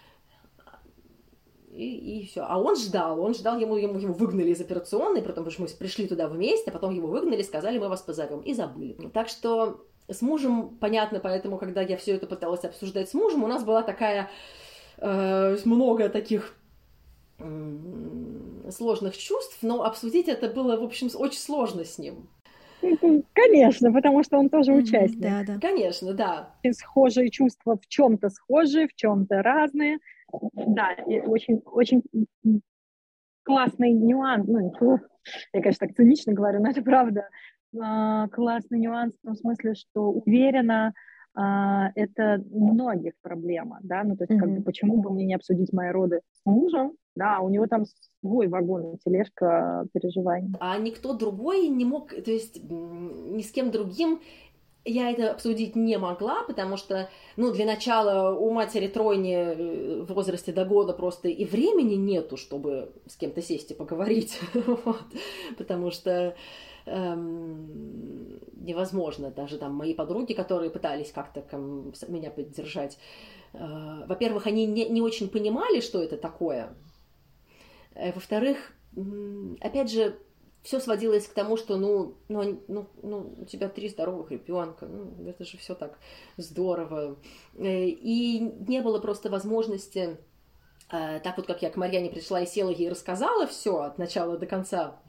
и все. А он ждал, ему выгнали из операционной, потому что мы пришли туда вместе, а потом его выгнали, сказали, мы вас позовем, и забыли. Так что с мужем, понятно, поэтому, когда я все это пыталась обсуждать с мужем, у нас была такая, много таких сложных чувств, но обсудить это было, в общем, очень сложно с ним. Конечно, потому что он тоже участник. Да. Конечно, да. Схожие чувства, в чем-то схожие, в чем-то разные. Да, и очень, очень классный нюанс. Я, конечно, так цинично говорю, но это правда. Классный нюанс в том смысле, что уверена, это многих проблема, да, то есть как бы почему бы мне не обсудить мои роды с мужем, да, у него там свой вагон, тележка переживаний. А никто другой не мог, то есть ни с кем другим я это обсудить не могла, потому что, для начала у матери тройни в возрасте до года просто и времени нету, чтобы с кем-то сесть и поговорить, вот, потому что невозможно. Даже там мои подруги, которые пытались как-то меня поддержать, во-первых, они не очень понимали, что это такое. Во-вторых, опять же, все сводилось к тому, что у тебя 3 здоровых ребенка, это же все так здорово. И не было просто возможности, так вот как я к Марьяне пришла и села, ей рассказала все от начала до конца.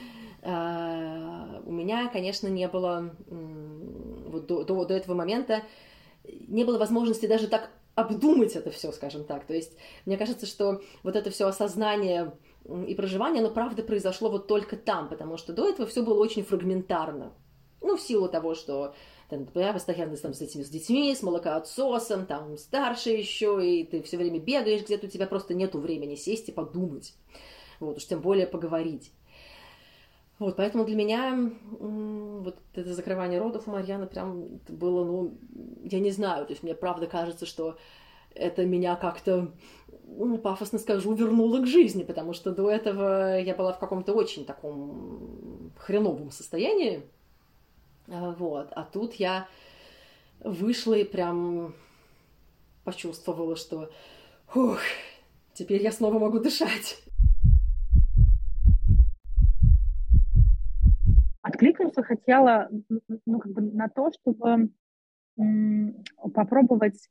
У меня, конечно, не было вот до этого момента не было возможности даже так обдумать это все, скажем так. То есть мне кажется, что вот это все осознание и проживание, оно правда произошло вот только там, потому что до этого все было очень фрагментарно. В силу того, что я постоянно с детьми, с молокоотсосом, там старше еще, и ты все время бегаешь где-то, у тебя просто нету времени сесть и подумать. Вот, уж тем более поговорить. Вот, поэтому для меня вот это закрывание родов у Марьяны прям было, я не знаю, то есть мне правда кажется, что это меня как-то, пафосно скажу, вернуло к жизни, потому что до этого я была в каком-то очень таком хреновом состоянии, вот, а тут я вышла и прям почувствовала, что, Теперь я снова могу дышать. Откликнуться хотела, ну, как бы на то, чтобы попробовать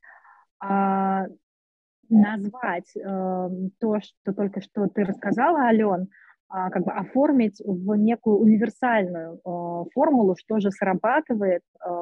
назвать то, что только что ты рассказала, Ален, как бы оформить в некую универсальную формулу, что же срабатывает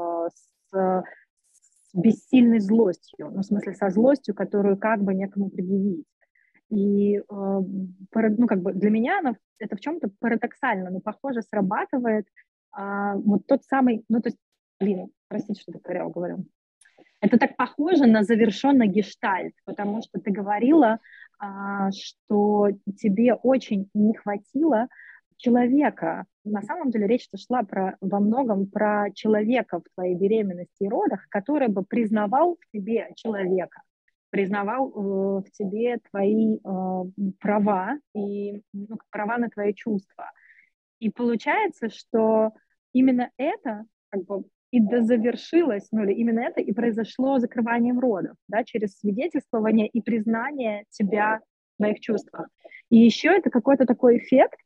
с бессильной злостью, ну, в смысле, со злостью, которую как бы некому предъявить. И ну, как бы для меня это в чем-то парадоксально, но, похоже, срабатывает вот тот самый, ну, то есть, простите, что я говорю. Это так похоже на завершенный гештальт, потому что ты говорила, что тебе очень не хватило человека. На самом деле речь шла во многом про человека в твоей беременности и родах, который бы признавал в тебе человека, признавал в тебе твои права и права на твои чувства. И получается, что именно это как бы и дозавершилось, ну или именно это и произошло закрыванием родов, да, через свидетельствование и признание тебя в твоих чувствах. И еще это какой-то такой эффект.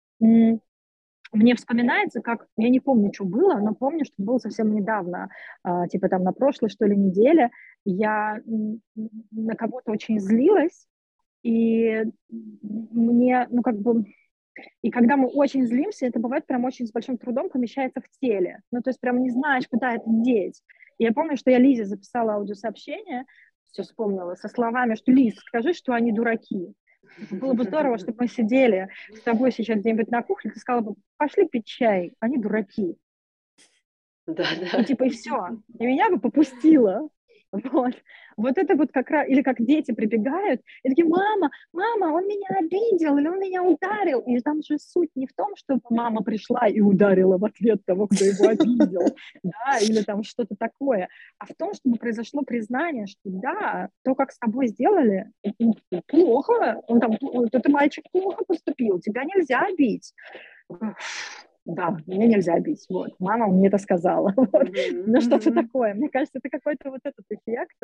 Мне вспоминается, как, я не помню, что было, но помню, что было совсем недавно, типа там на прошлой, что ли, неделе, я на кого-то очень злилась, и мне, ну как бы, и когда мы очень злимся, это бывает прям очень с большим трудом помещается в теле, ну то есть прям не знаешь, куда это деть. И я помню, что я Лизе записала аудиосообщение, все вспомнила, со словами, что Лиз, скажи, что они дураки. Было бы здорово, чтобы мы сидели с тобой сейчас где-нибудь на кухне, ты сказала бы, пошли пить чай, они дураки. Да. И типа, и все. И меня бы попустило. Вот это вот как раз, или как дети прибегают, и такие, мама, он меня обидел, или он меня ударил. И там же суть не в том, чтобы мама пришла и ударила в ответ того, кто его обидел, да, или там что-то такое, а в том, чтобы произошло признание, что да, то, как с тобой сделали, плохо, этот мальчик плохо поступил, тебя нельзя бить. Да, меня нельзя бить, вот, мама мне это сказала, вот, ну что-то такое, мне кажется, это какой-то вот этот эффект,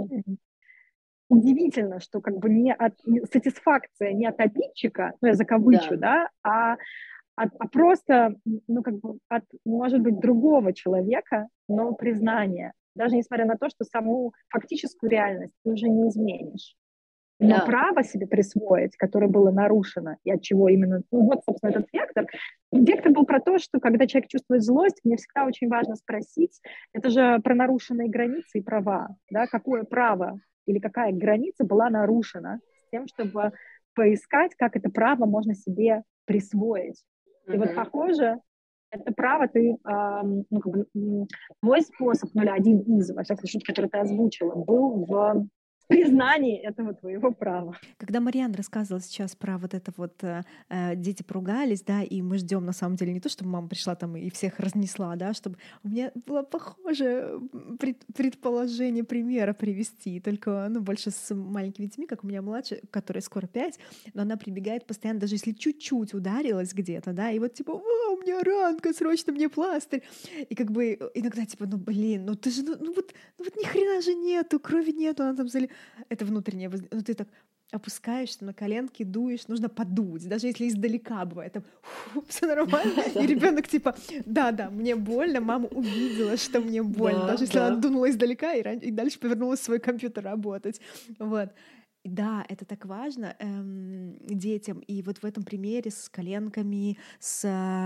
удивительно, что как бы сатисфакция не от обидчика, ну я закавычу, да, а просто, ну как бы от, может быть, другого человека, но признание, даже несмотря на то, что саму фактическую реальность ты уже не изменишь. Но право себе присвоить, которое было нарушено, и от чего именно... Ну вот, собственно, этот вектор. Вектор был про то, что когда человек чувствует злость, мне всегда очень важно спросить, это же про нарушенные границы и права, да, какое право или какая граница была нарушена с тем, чтобы поискать, как это право можно себе присвоить. И вот, похоже, это право ты, ну, как бы, твой способ, ну, или один из, во всяком случае, который ты озвучила, был в признании этого твоего права. Когда Марианна рассказывала сейчас про вот это вот дети поругались, да, и мы ждем на самом деле не то, чтобы мама пришла там и всех разнесла, да, чтобы у меня было похожее предположение примера привести, только, ну, больше с маленькими детьми, как у меня младшая, которой скоро 5, но она прибегает постоянно, даже если чуть-чуть ударилась где-то, да, и вот типа, у меня ранка, срочно мне пластырь, и как бы иногда типа, ну блин, ну ты же, ну вот ни хрена же нету, крови нету, она там это внутреннее, ну ты так опускаешься на коленки, дуешь, нужно подуть, даже если издалека бывает, там, все нормально, и ребенок типа, да, мне больно, мама увидела, что мне больно, даже если она дунула издалека и дальше повернулась в свой компьютер работать, вот. Да, это так важно детям, и вот в этом примере с коленками, с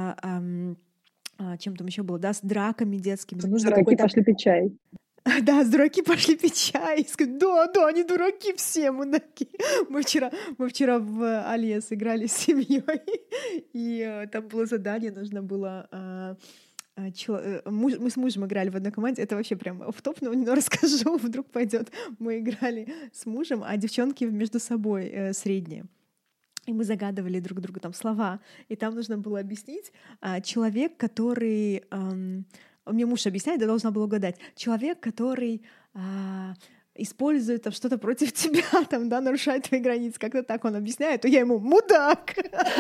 чем там еще было, да, с драками детскими. Дураки пошли пить чай. Да, с дураки пошли пить чай. Да, они дураки все, мудаки. Мы вчера в Алиес играли с семьей, и там было задание, нужно было... Мы с мужем играли в одной команде, это вообще прям офф-топ, но расскажу, вдруг пойдет. Мы играли с мужем, а девчонки между собой средние. И мы загадывали друг другу там слова, и там нужно было объяснить человек, который... Мне муж объясняет, я должна была угадать. Человек, который использует там что-то против тебя, там, да, нарушает твои границы, как-то так он объясняет, то я ему «мудак!»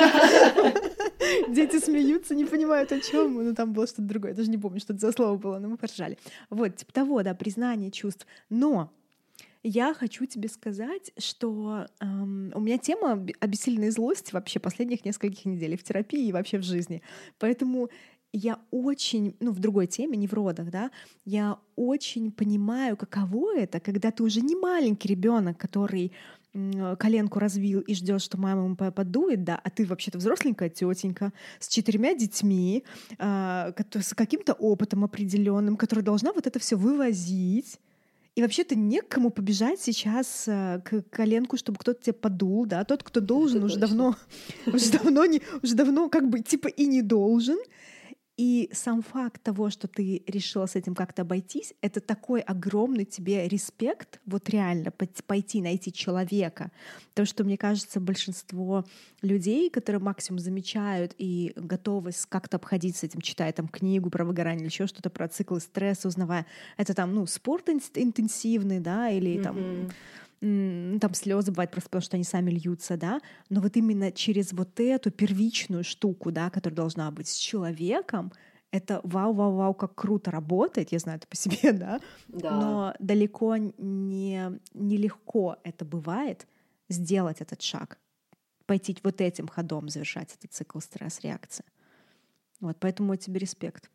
Дети смеются, не понимают, о чем, но там было что-то другое, я даже не помню, что это за слово было, но мы поржали. Вот, типа того, да, признание чувств. Но Я хочу тебе сказать, что у меня тема обессиленной злости вообще последних нескольких недель и в терапии, и вообще в жизни. Поэтому я очень, ну, в другой теме, не в родах, да, я очень понимаю, каково это, когда ты уже не маленький ребенок, который коленку разбил и ждет, что мама ему подует, да, а ты вообще-то взросленькая тетенька с 4 детьми, с каким-то опытом определенным, которая должна вот это все вывозить. И вообще-то не к кому побежать сейчас к коленку, чтобы кто-то тебе подул, да, тот, кто должен, уже давно, уже давно как бы типа и не должен. И сам факт того, что ты решила с этим как-то обойтись, это такой огромный тебе респект, вот реально пойти найти человека. То, что, мне кажется, большинство людей, которые максимум замечают и готовы как-то обходиться этим, читая там книгу про выгорание или еще что-то про циклы стресса, узнавая, это там, ну, спорт интенсивный, да, или там слезы бывают просто потому, что они сами льются, да, но вот именно через вот эту первичную штуку, да, которая должна быть с человеком, это вау, как круто работает, я знаю это по себе, да, но далеко не легко это бывает сделать этот шаг, пойти вот этим ходом завершать этот цикл стресс-реакции. Вот, поэтому тебе респект.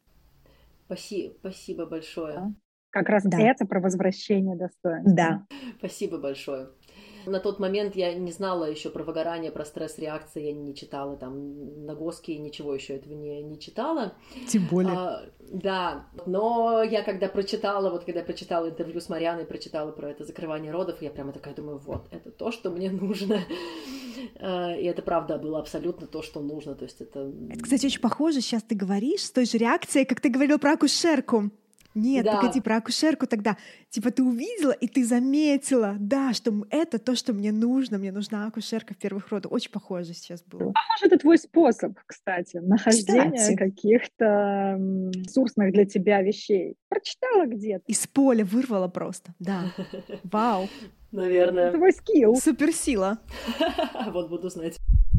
Спасибо большое. Как раз это про возвращение достоинства. Да. Спасибо большое. На тот момент я не знала еще про выгорание, про стресс-реакции, я не читала там Нагоски, ничего еще этого не читала. Тем более. Да, но я когда прочитала интервью с Марианной, прочитала про это закрывание родов, я прямо такая думаю, вот, это то, что мне нужно. И это правда было абсолютно то, что нужно. То есть это, кстати, очень похоже, сейчас ты говоришь с той же реакцией, как ты говорила про акушерку. Нет, погоди, про акушерку тогда. Типа ты увидела и ты заметила, да, что это то, что мне нужна акушерка в первых родах. Очень похоже сейчас было. Похоже, это твой способ, кстати, нахождения каких-то ресурсных для тебя вещей. Прочитала где-то. Из поля вырвала просто, да. Вау. Наверное. Это твой скилл. Суперсила. Вот буду знать.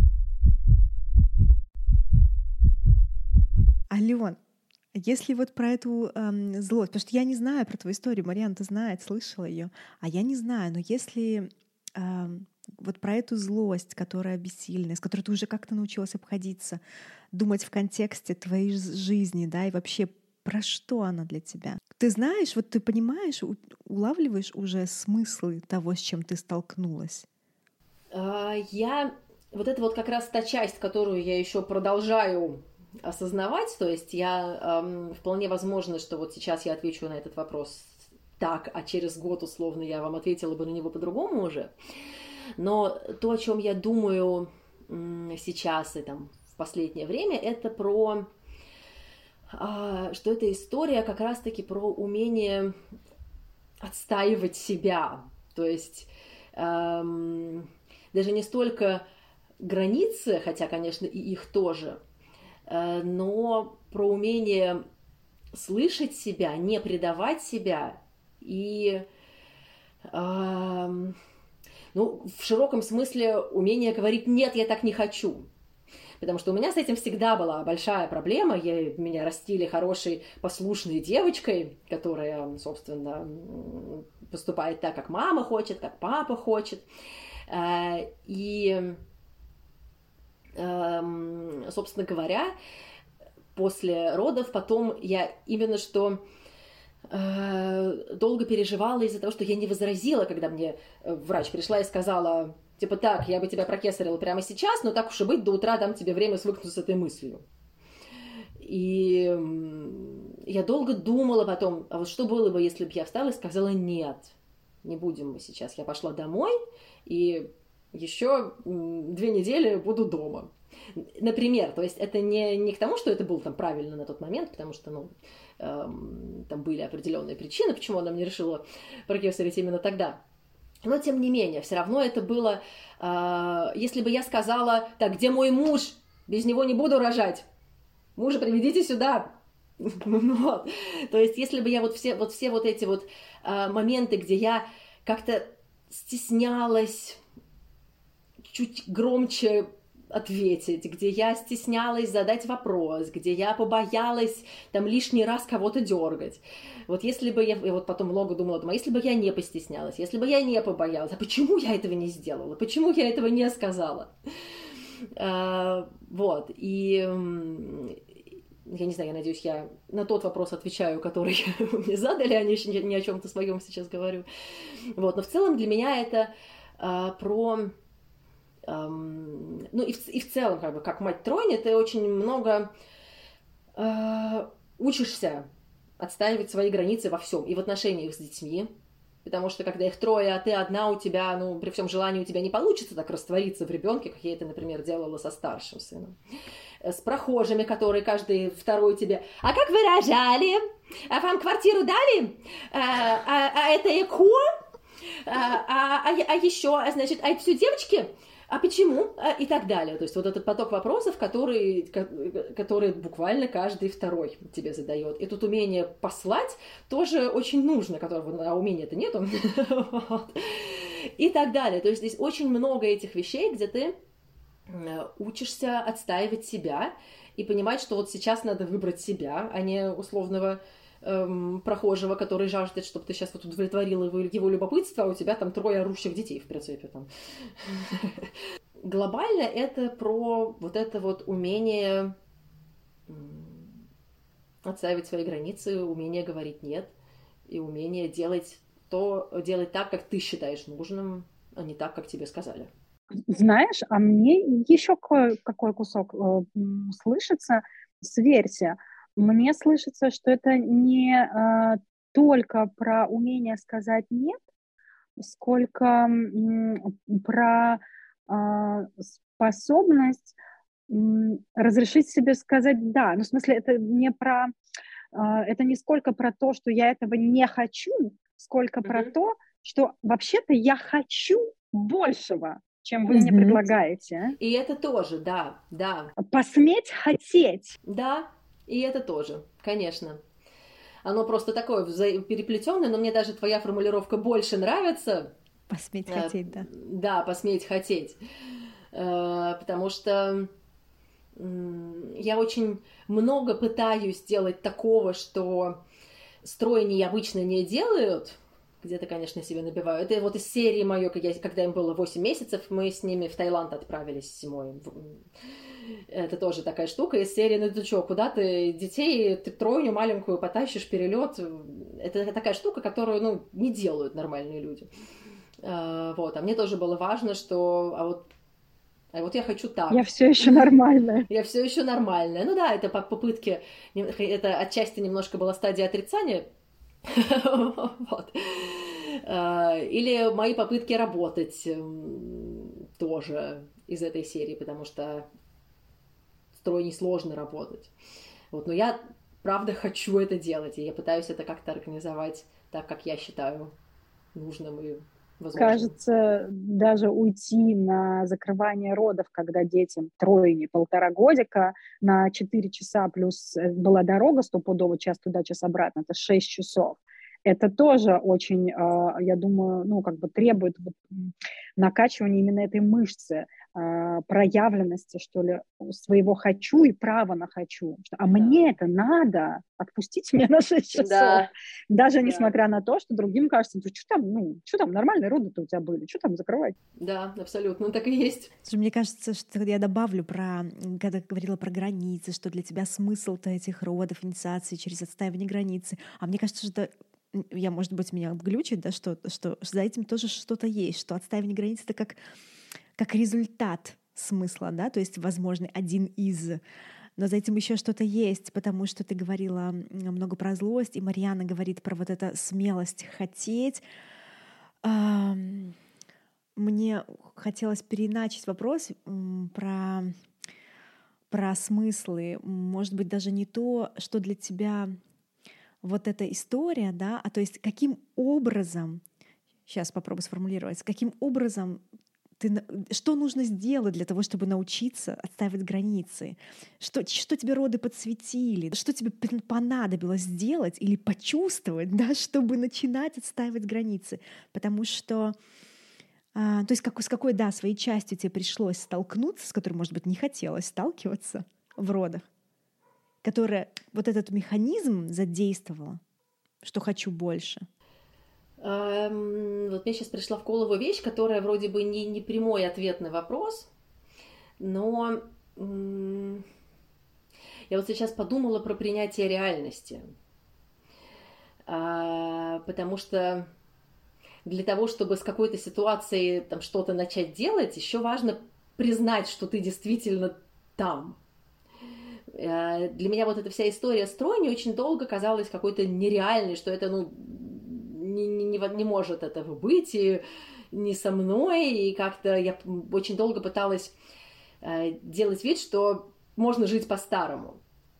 Алён, если вот про эту злость, потому что я не знаю про твою историю, Марьяна, ты знает, слышала ее, а я не знаю, но если вот про эту злость, которая обессиленная, с которой ты уже как-то научилась обходиться, думать в контексте твоей жизни, да, и вообще про что она для тебя? Ты знаешь, вот ты понимаешь, улавливаешь уже смыслы того, с чем ты столкнулась? Вот это вот как раз та часть, которую я еще продолжаю осознавать, то есть вполне возможно, что вот сейчас я отвечу на этот вопрос так, а через год, условно, я вам ответила бы на него по-другому уже. Но то, о чем я думаю сейчас и там в последнее время, это про, что эта история как раз-таки про умение отстаивать себя, то есть даже не столько границы, хотя, конечно, и их тоже, но про умение слышать себя, не предавать себя и, в широком смысле умение говорить «нет, я так не хочу». Потому что у меня с этим всегда была большая проблема. Меня растили хорошей, послушной девочкой, которая, собственно, поступает так, как мама хочет, как папа хочет. И, собственно говоря, после родов потом я именно что долго переживала из-за того, что я не возразила, когда мне врач пришла и сказала, типа, так, я бы тебя прокесарила прямо сейчас, но так уж и быть, до утра дам тебе время свыкнуться с этой мыслью. И я долго думала потом, а вот что было бы, если бы я встала и сказала, нет, не будем мы сейчас. Я пошла домой, и еще 2 недели буду дома. Например, то есть это не к тому, что это было там правильно на тот момент, потому что, там были определенные причины, почему она мне решила прокесарить именно тогда. Но, тем не менее, все равно это было, если бы я сказала, так, где мой муж? Без него не буду рожать. Мужа приведите сюда. Вот. То есть, если бы я все вот эти вот моменты, где я как-то стеснялась, чуть громче ответить, где я стеснялась задать вопрос, где я побоялась там лишний раз кого-то дергать. Вот если бы я вот потом много думала, если бы я не постеснялась, если бы я не побоялась, а почему я этого не сделала, почему я этого не сказала? Вот, и я не знаю, я надеюсь, я на тот вопрос отвечаю, который мне задали, а не о чем-то своем сейчас говорю. Вот, но в целом для меня это про... Ну и в целом, как бы, как мать тройни, ты очень много учишься отстаивать свои границы во всем, и в отношениях с детьми, потому что когда их трое, а ты одна, у тебя, ну, при всем желании у тебя не получится так раствориться в ребенке, как я это, например, делала со старшим сыном. С прохожими, которые каждый второй тебе: а как вы рожали? А вам квартиру дали? А это ЭКО? А еще, значит, а это все девочки? А почему? И так далее. То есть вот этот поток вопросов, которые буквально каждый второй тебе задает. И тут умение послать тоже очень нужно, которого умения-то нету. И так далее. То есть здесь очень много этих вещей, где ты учишься отстаивать себя и понимать, что вот сейчас надо выбрать себя, а не условного прохожего, который жаждет, чтобы ты сейчас вот удовлетворила его любопытство, а у тебя там 3 орущих детей в прицепе. Там. Глобально это про вот это вот умение отстаивать свои границы, умение говорить «нет» и умение делать так, как ты считаешь нужным, а не так, как тебе сказали. Знаешь, а мне еще какой кусок слышится, сверься. Мне слышится, что это не только про умение сказать «нет», сколько про способность разрешить себе сказать «да». Ну, в смысле, это не сколько про то, что я этого не хочу, сколько про то, что вообще-то я хочу большего, чем вы мне предлагаете. И это тоже, да. Посметь хотеть. Да, и это тоже, конечно. Оно просто такое переплетенное, но мне даже твоя формулировка больше нравится. Посметь хотеть, да. Да, посметь хотеть. Потому что я очень много пытаюсь сделать такого, что стройни обычно не делают. Где-то, конечно, себе набиваю. Это вот из серии моей, когда им было 8 месяцев, мы с ними в Таиланд отправились зимой. Это тоже такая штука из серии: ну ты что, куда ты детей, ты тройню маленькую потащишь, перелет. Это такая штука, которую, не делают нормальные люди. Вот. А мне тоже было важно, что... А вот я хочу так. Я все еще нормальная. Я все еще нормальная. Ну да, это попытки... Это отчасти немножко была стадия отрицания. Вот. Или мои попытки работать тоже из этой серии, потому что с тройней сложно работать. Вот. Но я, правда, хочу это делать, и я пытаюсь это как-то организовать так, как я считаю нужным и возможным. Кажется, даже уйти на закрывание родов, когда детям тройни 1,5 годика, на 4 часа плюс была дорога стопудово, час туда, час обратно, это 6 часов. Это тоже очень, я думаю, требует накачивания именно этой мышцы, проявленности, что ли, своего «хочу» и права на «хочу». А мне это надо, отпустите меня на 6 часов. Да. Даже несмотря на то, что другим кажется, что там, нормальные роды-то у тебя были, что там закрывать? Да, абсолютно, так и есть. Слушай, мне кажется, что я добавлю когда говорила про границы, что для тебя смысл-то этих родов, инициации через отстаивание границы. А мне кажется, что может быть, меня глючит, да, что за этим тоже что-то есть, что отстаивание границ — это как результат смысла, да, то есть, возможно, один из, но за этим еще что-то есть, потому что ты говорила много про злость, и Марьяна говорит про вот эту смелость хотеть. Мне хотелось переиначить вопрос про смыслы, может быть, даже не то, что для тебя вот эта история, да, а то есть каким образом, сейчас попробую сформулировать, каким образом что нужно сделать для того, чтобы научиться отстаивать границы? Что тебе роды подсветили? Что тебе понадобилось сделать или почувствовать, да, чтобы начинать отстаивать границы? Потому что То есть с какой, да, своей частью тебе пришлось столкнуться, с которой, может быть, не хотелось сталкиваться в родах, которая вот этот механизм задействовала, что хочу больше? Вот мне сейчас пришла в голову вещь, которая вроде бы не прямой ответ на вопрос, но я вот сейчас подумала про принятие реальности, потому что для того, чтобы с какой-то ситуацией там что-то начать делать, еще важно признать, что ты действительно там. Для меня вот эта вся история с тройней очень долго казалась какой-то нереальной, что это, не может этого быть, и не со мной, и как-то я очень долго пыталась делать вид, что можно жить по-старому.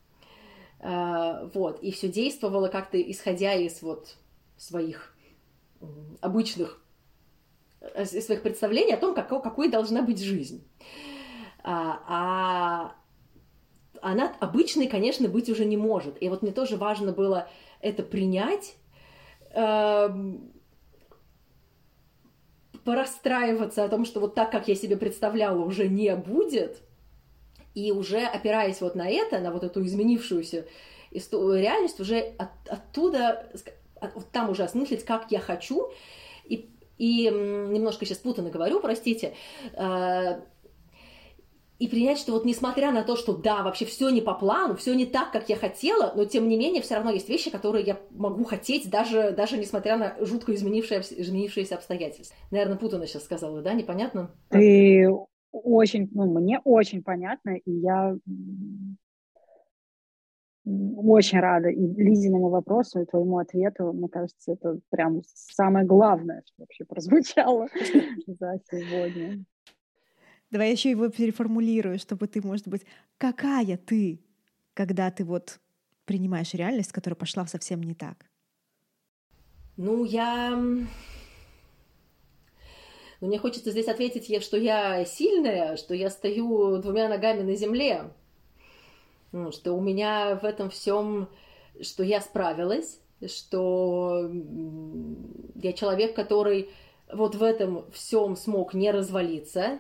Вот, и все действовало как-то исходя из вот своих обычных, своих представлений о том, какой должна быть жизнь. Она обычной, конечно, быть уже не может. И вот мне тоже важно было это принять, порастраиваться о том, что вот так, как я себе представляла, уже не будет, и уже опираясь вот на это, на вот эту изменившуюся реальность, уже оттуда, вот там уже осмыслить, как я хочу, и немножко сейчас путанно говорю, простите, и принять, что вот несмотря на то, что да, вообще все не по плану, все не так, как я хотела, но тем не менее все равно есть вещи, которые я могу хотеть, даже несмотря на жутко изменившиеся обстоятельства. Наверное, путанно сейчас сказала, да? Непонятно? Ты очень, мне очень понятно, и я очень рада и Лизиному вопросу, и твоему ответу. Мне кажется, это прям самое главное, что вообще прозвучало за сегодня. Давай я еще его переформулирую, чтобы ты, может быть, какая ты, когда ты вот принимаешь реальность, которая пошла совсем не так? Мне хочется здесь ответить, что я сильная, что я стою 2 ногами на земле, что у меня в этом всем, что я справилась, что я человек, который вот в этом всем смог не развалиться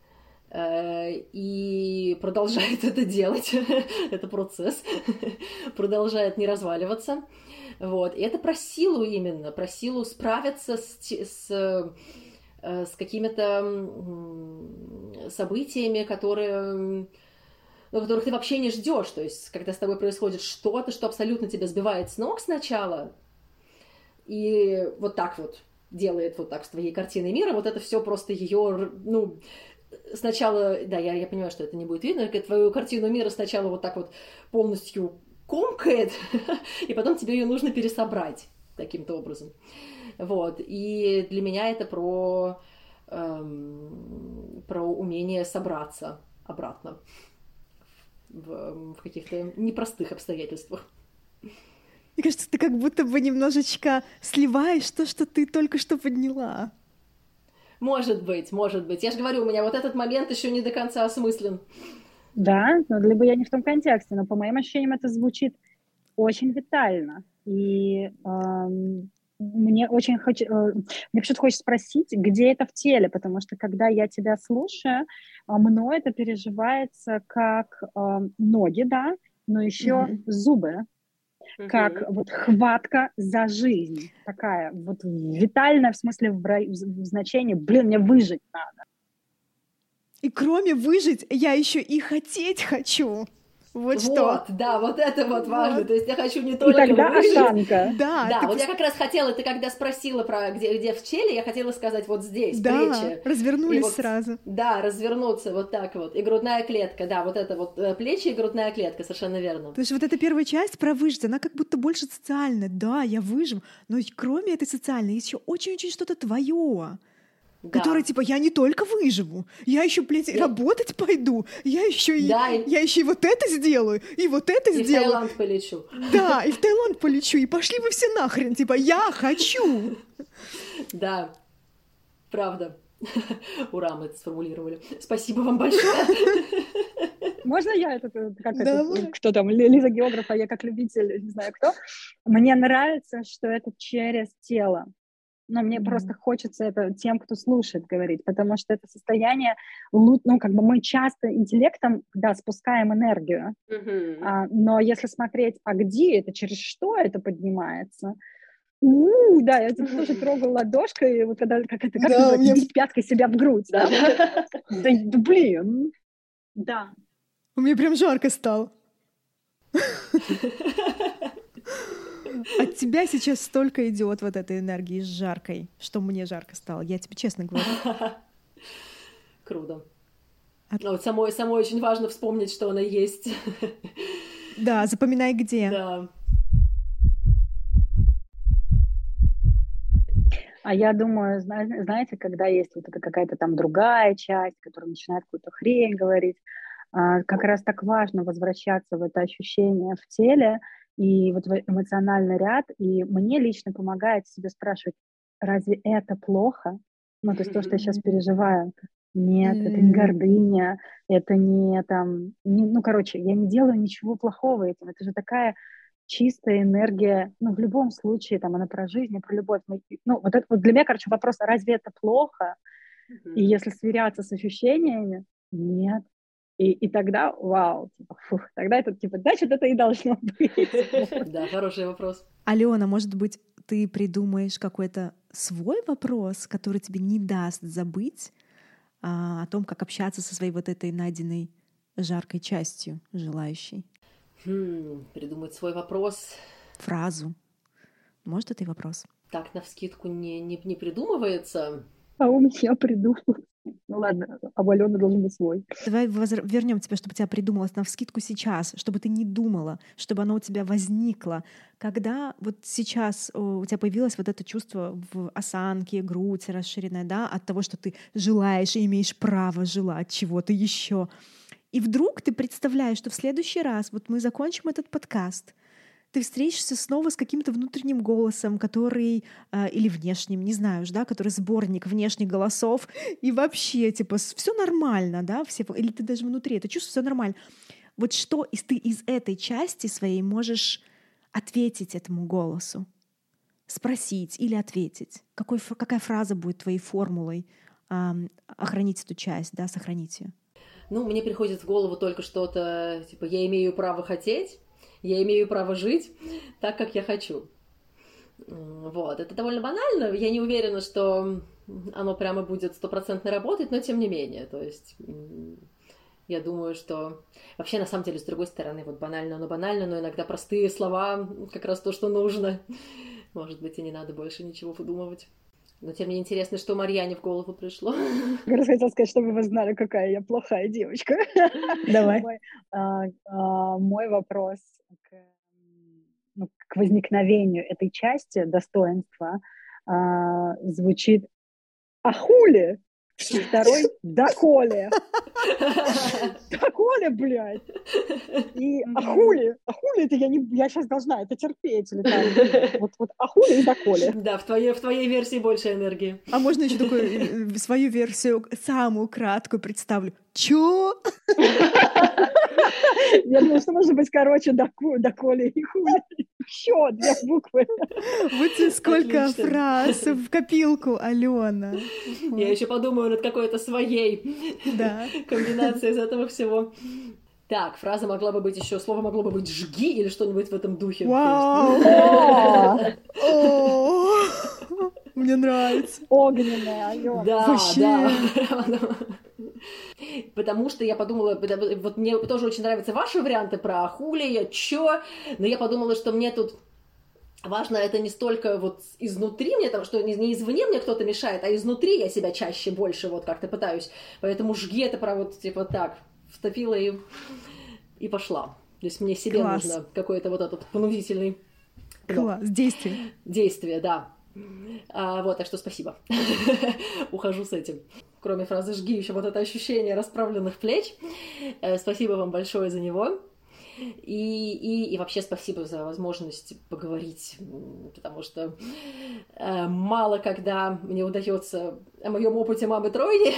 и продолжает это делать. Это процесс. Продолжает не разваливаться. Вот. И это про силу именно, про силу справиться с какими-то событиями, которых ты вообще не ждешь. То есть, когда с тобой происходит что-то, что абсолютно тебя сбивает с ног сначала, и вот так вот делает вот так с твоей картиной мира, вот это все просто ее, сначала, да, я понимаю, что это не будет видно, твою картину мира сначала вот так вот полностью комкает, и потом тебе ее нужно пересобрать таким-то образом. Вот. И для меня это про умение собраться обратно в каких-то непростых обстоятельствах. Мне кажется, ты как будто бы немножечко сливаешь то, что ты только что подняла. Может быть. Я же говорю, у меня вот этот момент еще не до конца осмыслен. Да, но либо я не в том контексте, но по моим ощущениям это звучит очень витально. И мне почему-то хочется спросить, где это в теле, потому что когда я тебя слушаю, мной это переживается как ноги, да, но еще зубы, как вот хватка за жизнь, такая вот витальная, в смысле в значении, мне выжить надо. И кроме выжить, я еще и хотеть хочу. Вот что. Да, вот это вот важно. То есть я хочу не только и тогда выжить. осанка. Да, вот я как раз хотела, ты когда спросила про где в теле, я хотела сказать вот здесь, плечи. Развернулись вот, сразу. Да, развернуться вот так вот. И грудная клетка, да, вот это вот плечи и грудная клетка, совершенно верно. То есть вот эта первая часть про выжить, она как будто больше социальная. Да, я выживу, но кроме этой социальной есть еще очень-очень что-то твое. Да. Который типа я не только выживу, я еще, работать пойду, я еще и вот это сделаю, и вот это сделаю. И в Таиланд полечу. Да, и в Таиланд полечу, и пошли вы все нахрен, типа я хочу. Да, правда. Ура, мы это сформулировали. Спасибо вам большое. Можно я кто там, Лиза географ, а я как любитель, не знаю кто. Мне нравится, что это через тело. Но мне просто хочется это тем, кто слушает, говорить, потому что это состояние, ну, как бы мы часто интеллектом, да, спускаем энергию, но если смотреть, а где это, через что это поднимается, да, я тут тоже трогала ладошкой, вот когда, как называется, бить пяткой себя в грудь, да? Да, блин, да. У меня прям жарко стало. От тебя сейчас столько идет вот этой энергии жаркой, что мне жарко стало. Я тебе честно говорю. Круто. Но вот самой очень важно вспомнить, что она есть. Да, запоминай где. Да. А я думаю, знаете, когда есть вот эта какая-то там другая часть, которая начинает какую-то хрень говорить, как раз так важно возвращаться в это ощущение в теле и вот в эмоциональный ряд. И мне лично помогает себе спрашивать, разве это плохо? Ну, то есть то, что я сейчас переживаю. Нет, это не гордыня, это не там... ну, короче, я не делаю ничего плохого этим. Это же такая чистая энергия, ну, в любом случае, там, она про жизнь, про любовь. Ну, вот это вот для меня, короче, вопрос, разве это плохо? И если сверяться с ощущениями, нет. И тогда, вау, типа, тогда это, типа, значит, это и должно быть. Да, хороший вопрос. Алена, может быть, ты придумаешь какой-то свой вопрос, который тебе не даст забыть о том, как общаться со своей вот этой найденной жаркой частью, желающей? Придумать свой вопрос. Фразу. Может, это и вопрос? Так, навскидку не придумывается. А у меня придумал. Ну ладно, а у Алены должен быть свой. Давай вернем тебя, чтобы у тебя придумалось навскидку сейчас, чтобы ты не думала, чтобы оно у тебя возникло. Когда вот сейчас у тебя появилось вот это чувство в осанке, грудь расширенная, да, от того, что ты желаешь и имеешь право желать чего-то еще. И вдруг ты представляешь, что в следующий раз, вот мы закончим этот подкаст, ты встретишься снова с каким-то внутренним голосом, который, или внешним, не знаю уж, да, который сборник внешних голосов, и вообще, типа, все нормально, да, все, или ты даже внутри это чувствуешь, все нормально. Вот что ты из этой части своей можешь ответить этому голосу? Спросить или ответить? Какая фраза будет твоей формулой охранить эту часть, да, сохранить ее? Ну, мне приходит в голову только что-то, типа, я имею право хотеть, я имею право жить так, как я хочу. Вот, это довольно банально, я не уверена, что оно прямо будет 100% работать, но тем не менее, то есть я думаю, что вообще на самом деле с другой стороны, вот банально, но иногда простые слова как раз то, что нужно. Может быть, и не надо больше ничего выдумывать. Но тем не интересно, что Марьяне в голову пришло. Я хотела сказать, чтобы вы знали, какая я плохая девочка. Давай. Мой вопрос к возникновению этой части достоинства звучит «А хули?» Второй «Доколе?» «Доколе, блядь?» И «А хули?» «А хули?» это я сейчас должна это терпеть. Или там, вот «А хули?» и «Доколе?» Да, в твоей версии больше энергии. А можно еще такую свою версию, самую краткую представлю. Чё? Я думаю, что может быть короче «Доколе» и «Хули». Еще 2 буквы. Вот тебе сколько фраз в копилку, Алена. Я еще подумаю над какой-то своей комбинацией из этого всего. Так, фраза могла бы быть еще, слово могло бы быть «жги» или что-нибудь в этом духе. Вау! Мне нравится. Огненная, Алена. Да. Потому что я подумала, вот мне тоже очень нравятся ваши варианты про хули, я чё, но я подумала, что мне тут важно это не столько вот изнутри мне, там, что не извне мне кто-то мешает, а изнутри я себя чаще больше вот как-то пытаюсь, поэтому жги это про вот типа так, втопила и пошла. То есть мне себе нужно какой-то вот этот понудительный... Класс, действие. Действие, да. Вот, так что спасибо. Ухожу с этим. Кроме фразы «жги», еще вот это ощущение расправленных плеч. Спасибо вам большое за него. И вообще спасибо за возможность поговорить, потому что мало когда мне удается о моем опыте мамы-тройни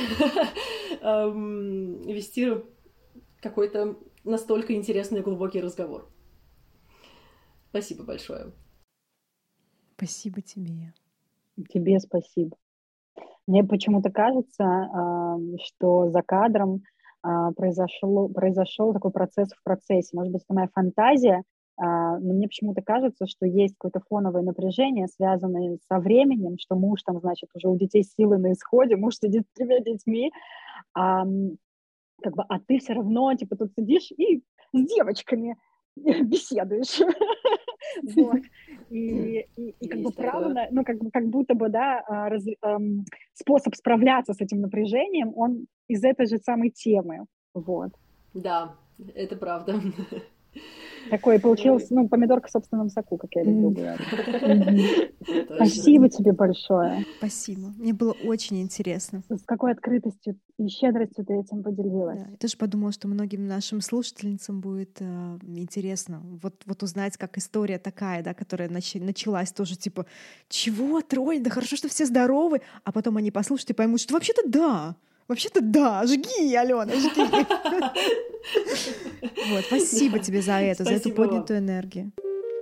вести какой-то настолько интересный и глубокий разговор. Спасибо большое. Спасибо тебе. Тебе спасибо. Мне почему-то кажется, что за кадром произошел такой процесс в процессе. Может быть, это моя фантазия, но мне почему-то кажется, что есть какое-то фоновое напряжение, связанное со временем, что муж там, значит, уже у детей силы на исходе, муж сидит с 3 детьми, а, а ты все равно, типа, тут сидишь и с девочками беседуешь. Вот. И как бы правильно, ну, как будто бы, да, способ справляться с этим напряжением, он из этой же самой темы. Вот. Да, это правда. Такой получился, ну, помидорка в собственном соку, как я люблю говорить. Спасибо тебе большое. Спасибо. Мне было очень интересно. С какой открытостью и щедростью ты этим поделилась. Да, я тоже подумала, что многим нашим слушательницам будет интересно вот узнать, как история такая, да, которая началась тоже типа «Чего? Трое? Да хорошо, что все здоровы!» А потом они послушают и поймут, что вообще-то да, жги, Алена, жги. Вот, спасибо тебе за это, за эту поднятую энергию.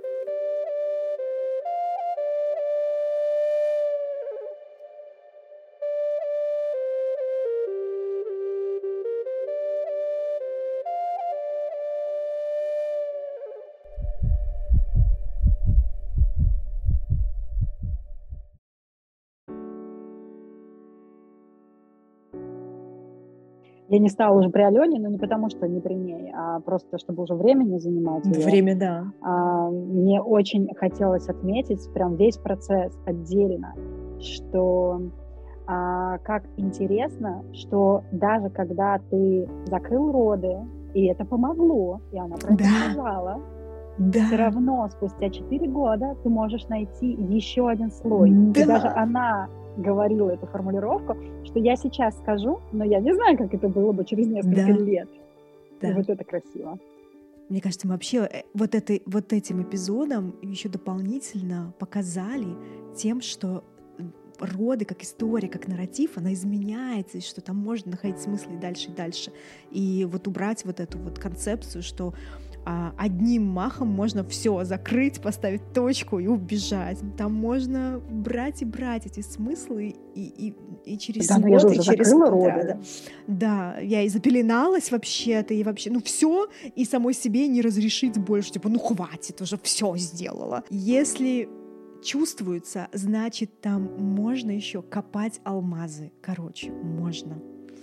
Я не стала уже при Алене, но не потому, что не при ней, а просто, чтобы уже время не занимать ее. Время, да. Мне очень хотелось отметить прям весь процесс отдельно, что как интересно, что даже когда ты закрыл роды, и это помогло, и она про это сказала, все равно спустя 4 года ты можешь найти еще один слой. Да. И даже она говорила эту формулировку, что я сейчас скажу, но я не знаю, как это было бы через несколько лет. Да. И вот это красиво. Мне кажется, мы вообще вот этим эпизодом еще дополнительно показали тем, что роды, как история, как нарратив, она изменяется, и что там можно находить смысл и дальше, и дальше. И вот убрать вот эту вот концепцию, что одним махом можно все закрыть, поставить точку и убежать. Там можно брать и брать эти смыслы и через год, и через роды. Да, я и запеленалась вообще-то, и вообще, все, и самой себе не разрешить больше, типа, хватит, уже все сделала. Если чувствуется, значит, там можно еще копать алмазы. Короче, можно.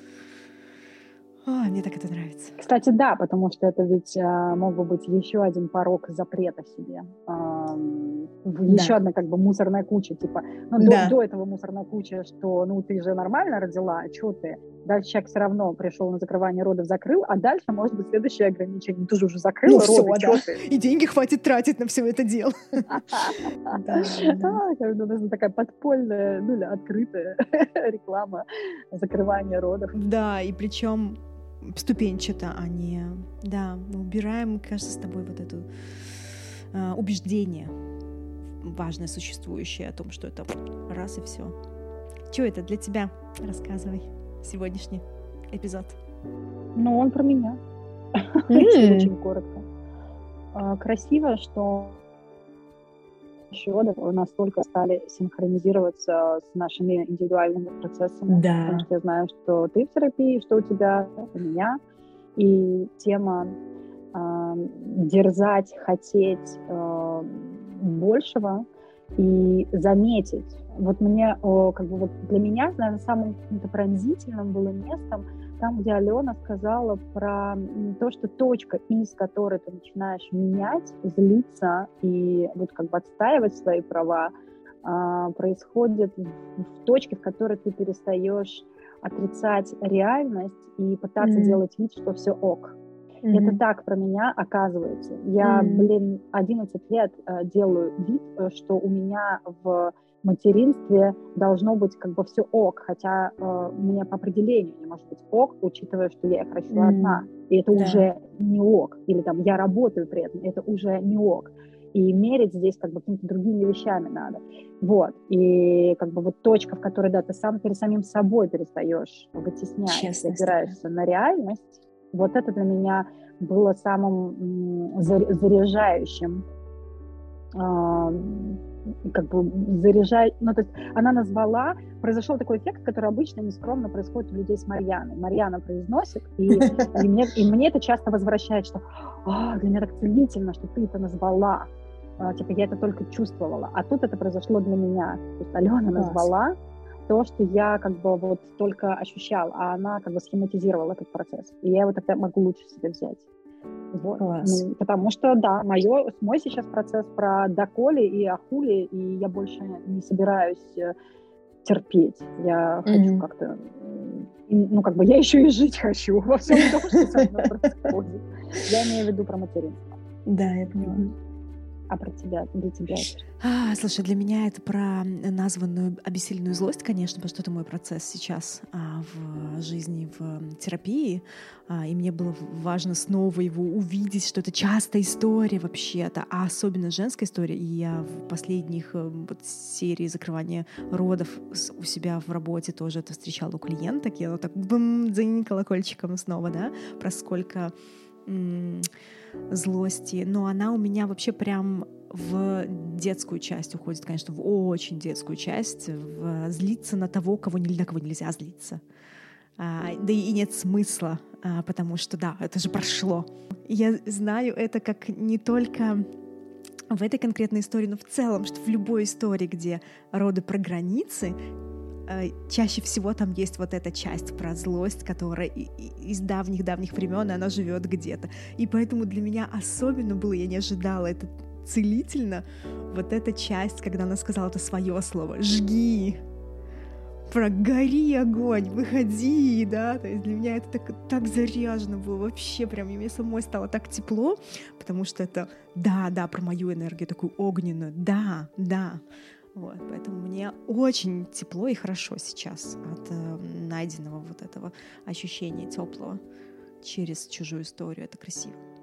Мне так это нравится. Кстати, да, потому что это ведь мог бы быть еще один порог запрета себе. Еще одна как бы мусорная куча. Типа, до этого мусорная куча, что ты же нормально родила, а что ты? Дальше человек все равно пришел на закрывание родов, закрыл, а дальше может быть следующее ограничение. Ты же уже закрыла роды, что ты? И деньги хватит тратить на все это дело. Такая подпольная, открытая реклама закрывания родов. Да, и причем ступенчато, а не... Да, мы убираем, кажется, с тобой вот это убеждение важное, существующее о том, что это раз и все. Что это для тебя? Рассказывай. Сегодняшний эпизод. Он про меня. Очень коротко. Красиво, что роды настолько стали синхронизироваться с нашими индивидуальными процессами. Да. Потому что я знаю, что ты в терапии, что у тебя, у меня. И тема дерзать, хотеть большего и заметить. Вот мне, для меня, наверное, самым каким-то пронзительным было местом там, где Алена сказала про то, что точка, из которой ты начинаешь менять, злиться и отстаивать свои права, происходит в точке, в которой ты перестаешь отрицать реальность и пытаться делать вид, что все ок. Это так про меня оказывается. Я, 11 лет делаю вид, что у меня в материнстве должно быть все ок, хотя мне по определению не может быть ок, учитывая, что я их ращу одна, и это уже не ок, или я работаю при этом, это уже не ок. И мерить здесь какими-то другими вещами надо. Вот. И точка, в которой ты сам перед самим собой перестаешь вытеснять, опираешься на реальность, вот это для меня было самым заряжающим как бы заряжает, ну, то есть она назвала, произошел такой эффект, который обычно нескромно происходит у людей с Марьяной. Марьяна произносит, и мне это часто возвращает, что для меня так целительно, что ты это назвала. Типа я это только чувствовала. А тут это произошло для меня. То есть Алена назвала то, что я как бы вот только ощущала, а она как бы схематизировала этот процесс. И я его тогда могу лучше себе взять. Вот. Ну, потому что, да, мой сейчас процесс про доколе и ахули, и я больше не собираюсь терпеть. Я хочу как-то... Ну, как бы я еще и жить хочу во всем том, что со мной происходит. Я имею в виду про материнство. Да, я поняла. А про тебя, для тебя? Слушай, для меня это про названную обессиленную злость, конечно, потому что это мой процесс сейчас в жизни, в терапии, и мне было важно снова его увидеть, что это частая история вообще-то, а особенно женская история. И я в последних серии закрывания родов у себя в работе тоже это встречала у клиенток, я вот так дзынь колокольчиком снова, да, про сколько злости, но она у меня вообще прям в детскую часть уходит, конечно, в очень детскую часть, в злиться на того, на кого нельзя злиться. Да и нет смысла, потому что, да, это же прошло. Я знаю это как не только в этой конкретной истории, но в целом, что в любой истории, где роды про границы, чаще всего там есть вот эта часть про злость, которая из давних-давних времен, и она живет где-то. И поэтому для меня особенно было, я не ожидала это целительно, вот эта часть, когда она сказала это свое слово «жги», прогори огонь, выходи, да, то есть для меня это так заряжено было, вообще прям, и мне самой стало так тепло, потому что это, да, про мою энергию, такую огненную, да. Вот, поэтому мне очень тепло и хорошо сейчас от найденного вот этого ощущения теплого через чужую историю. Это красиво.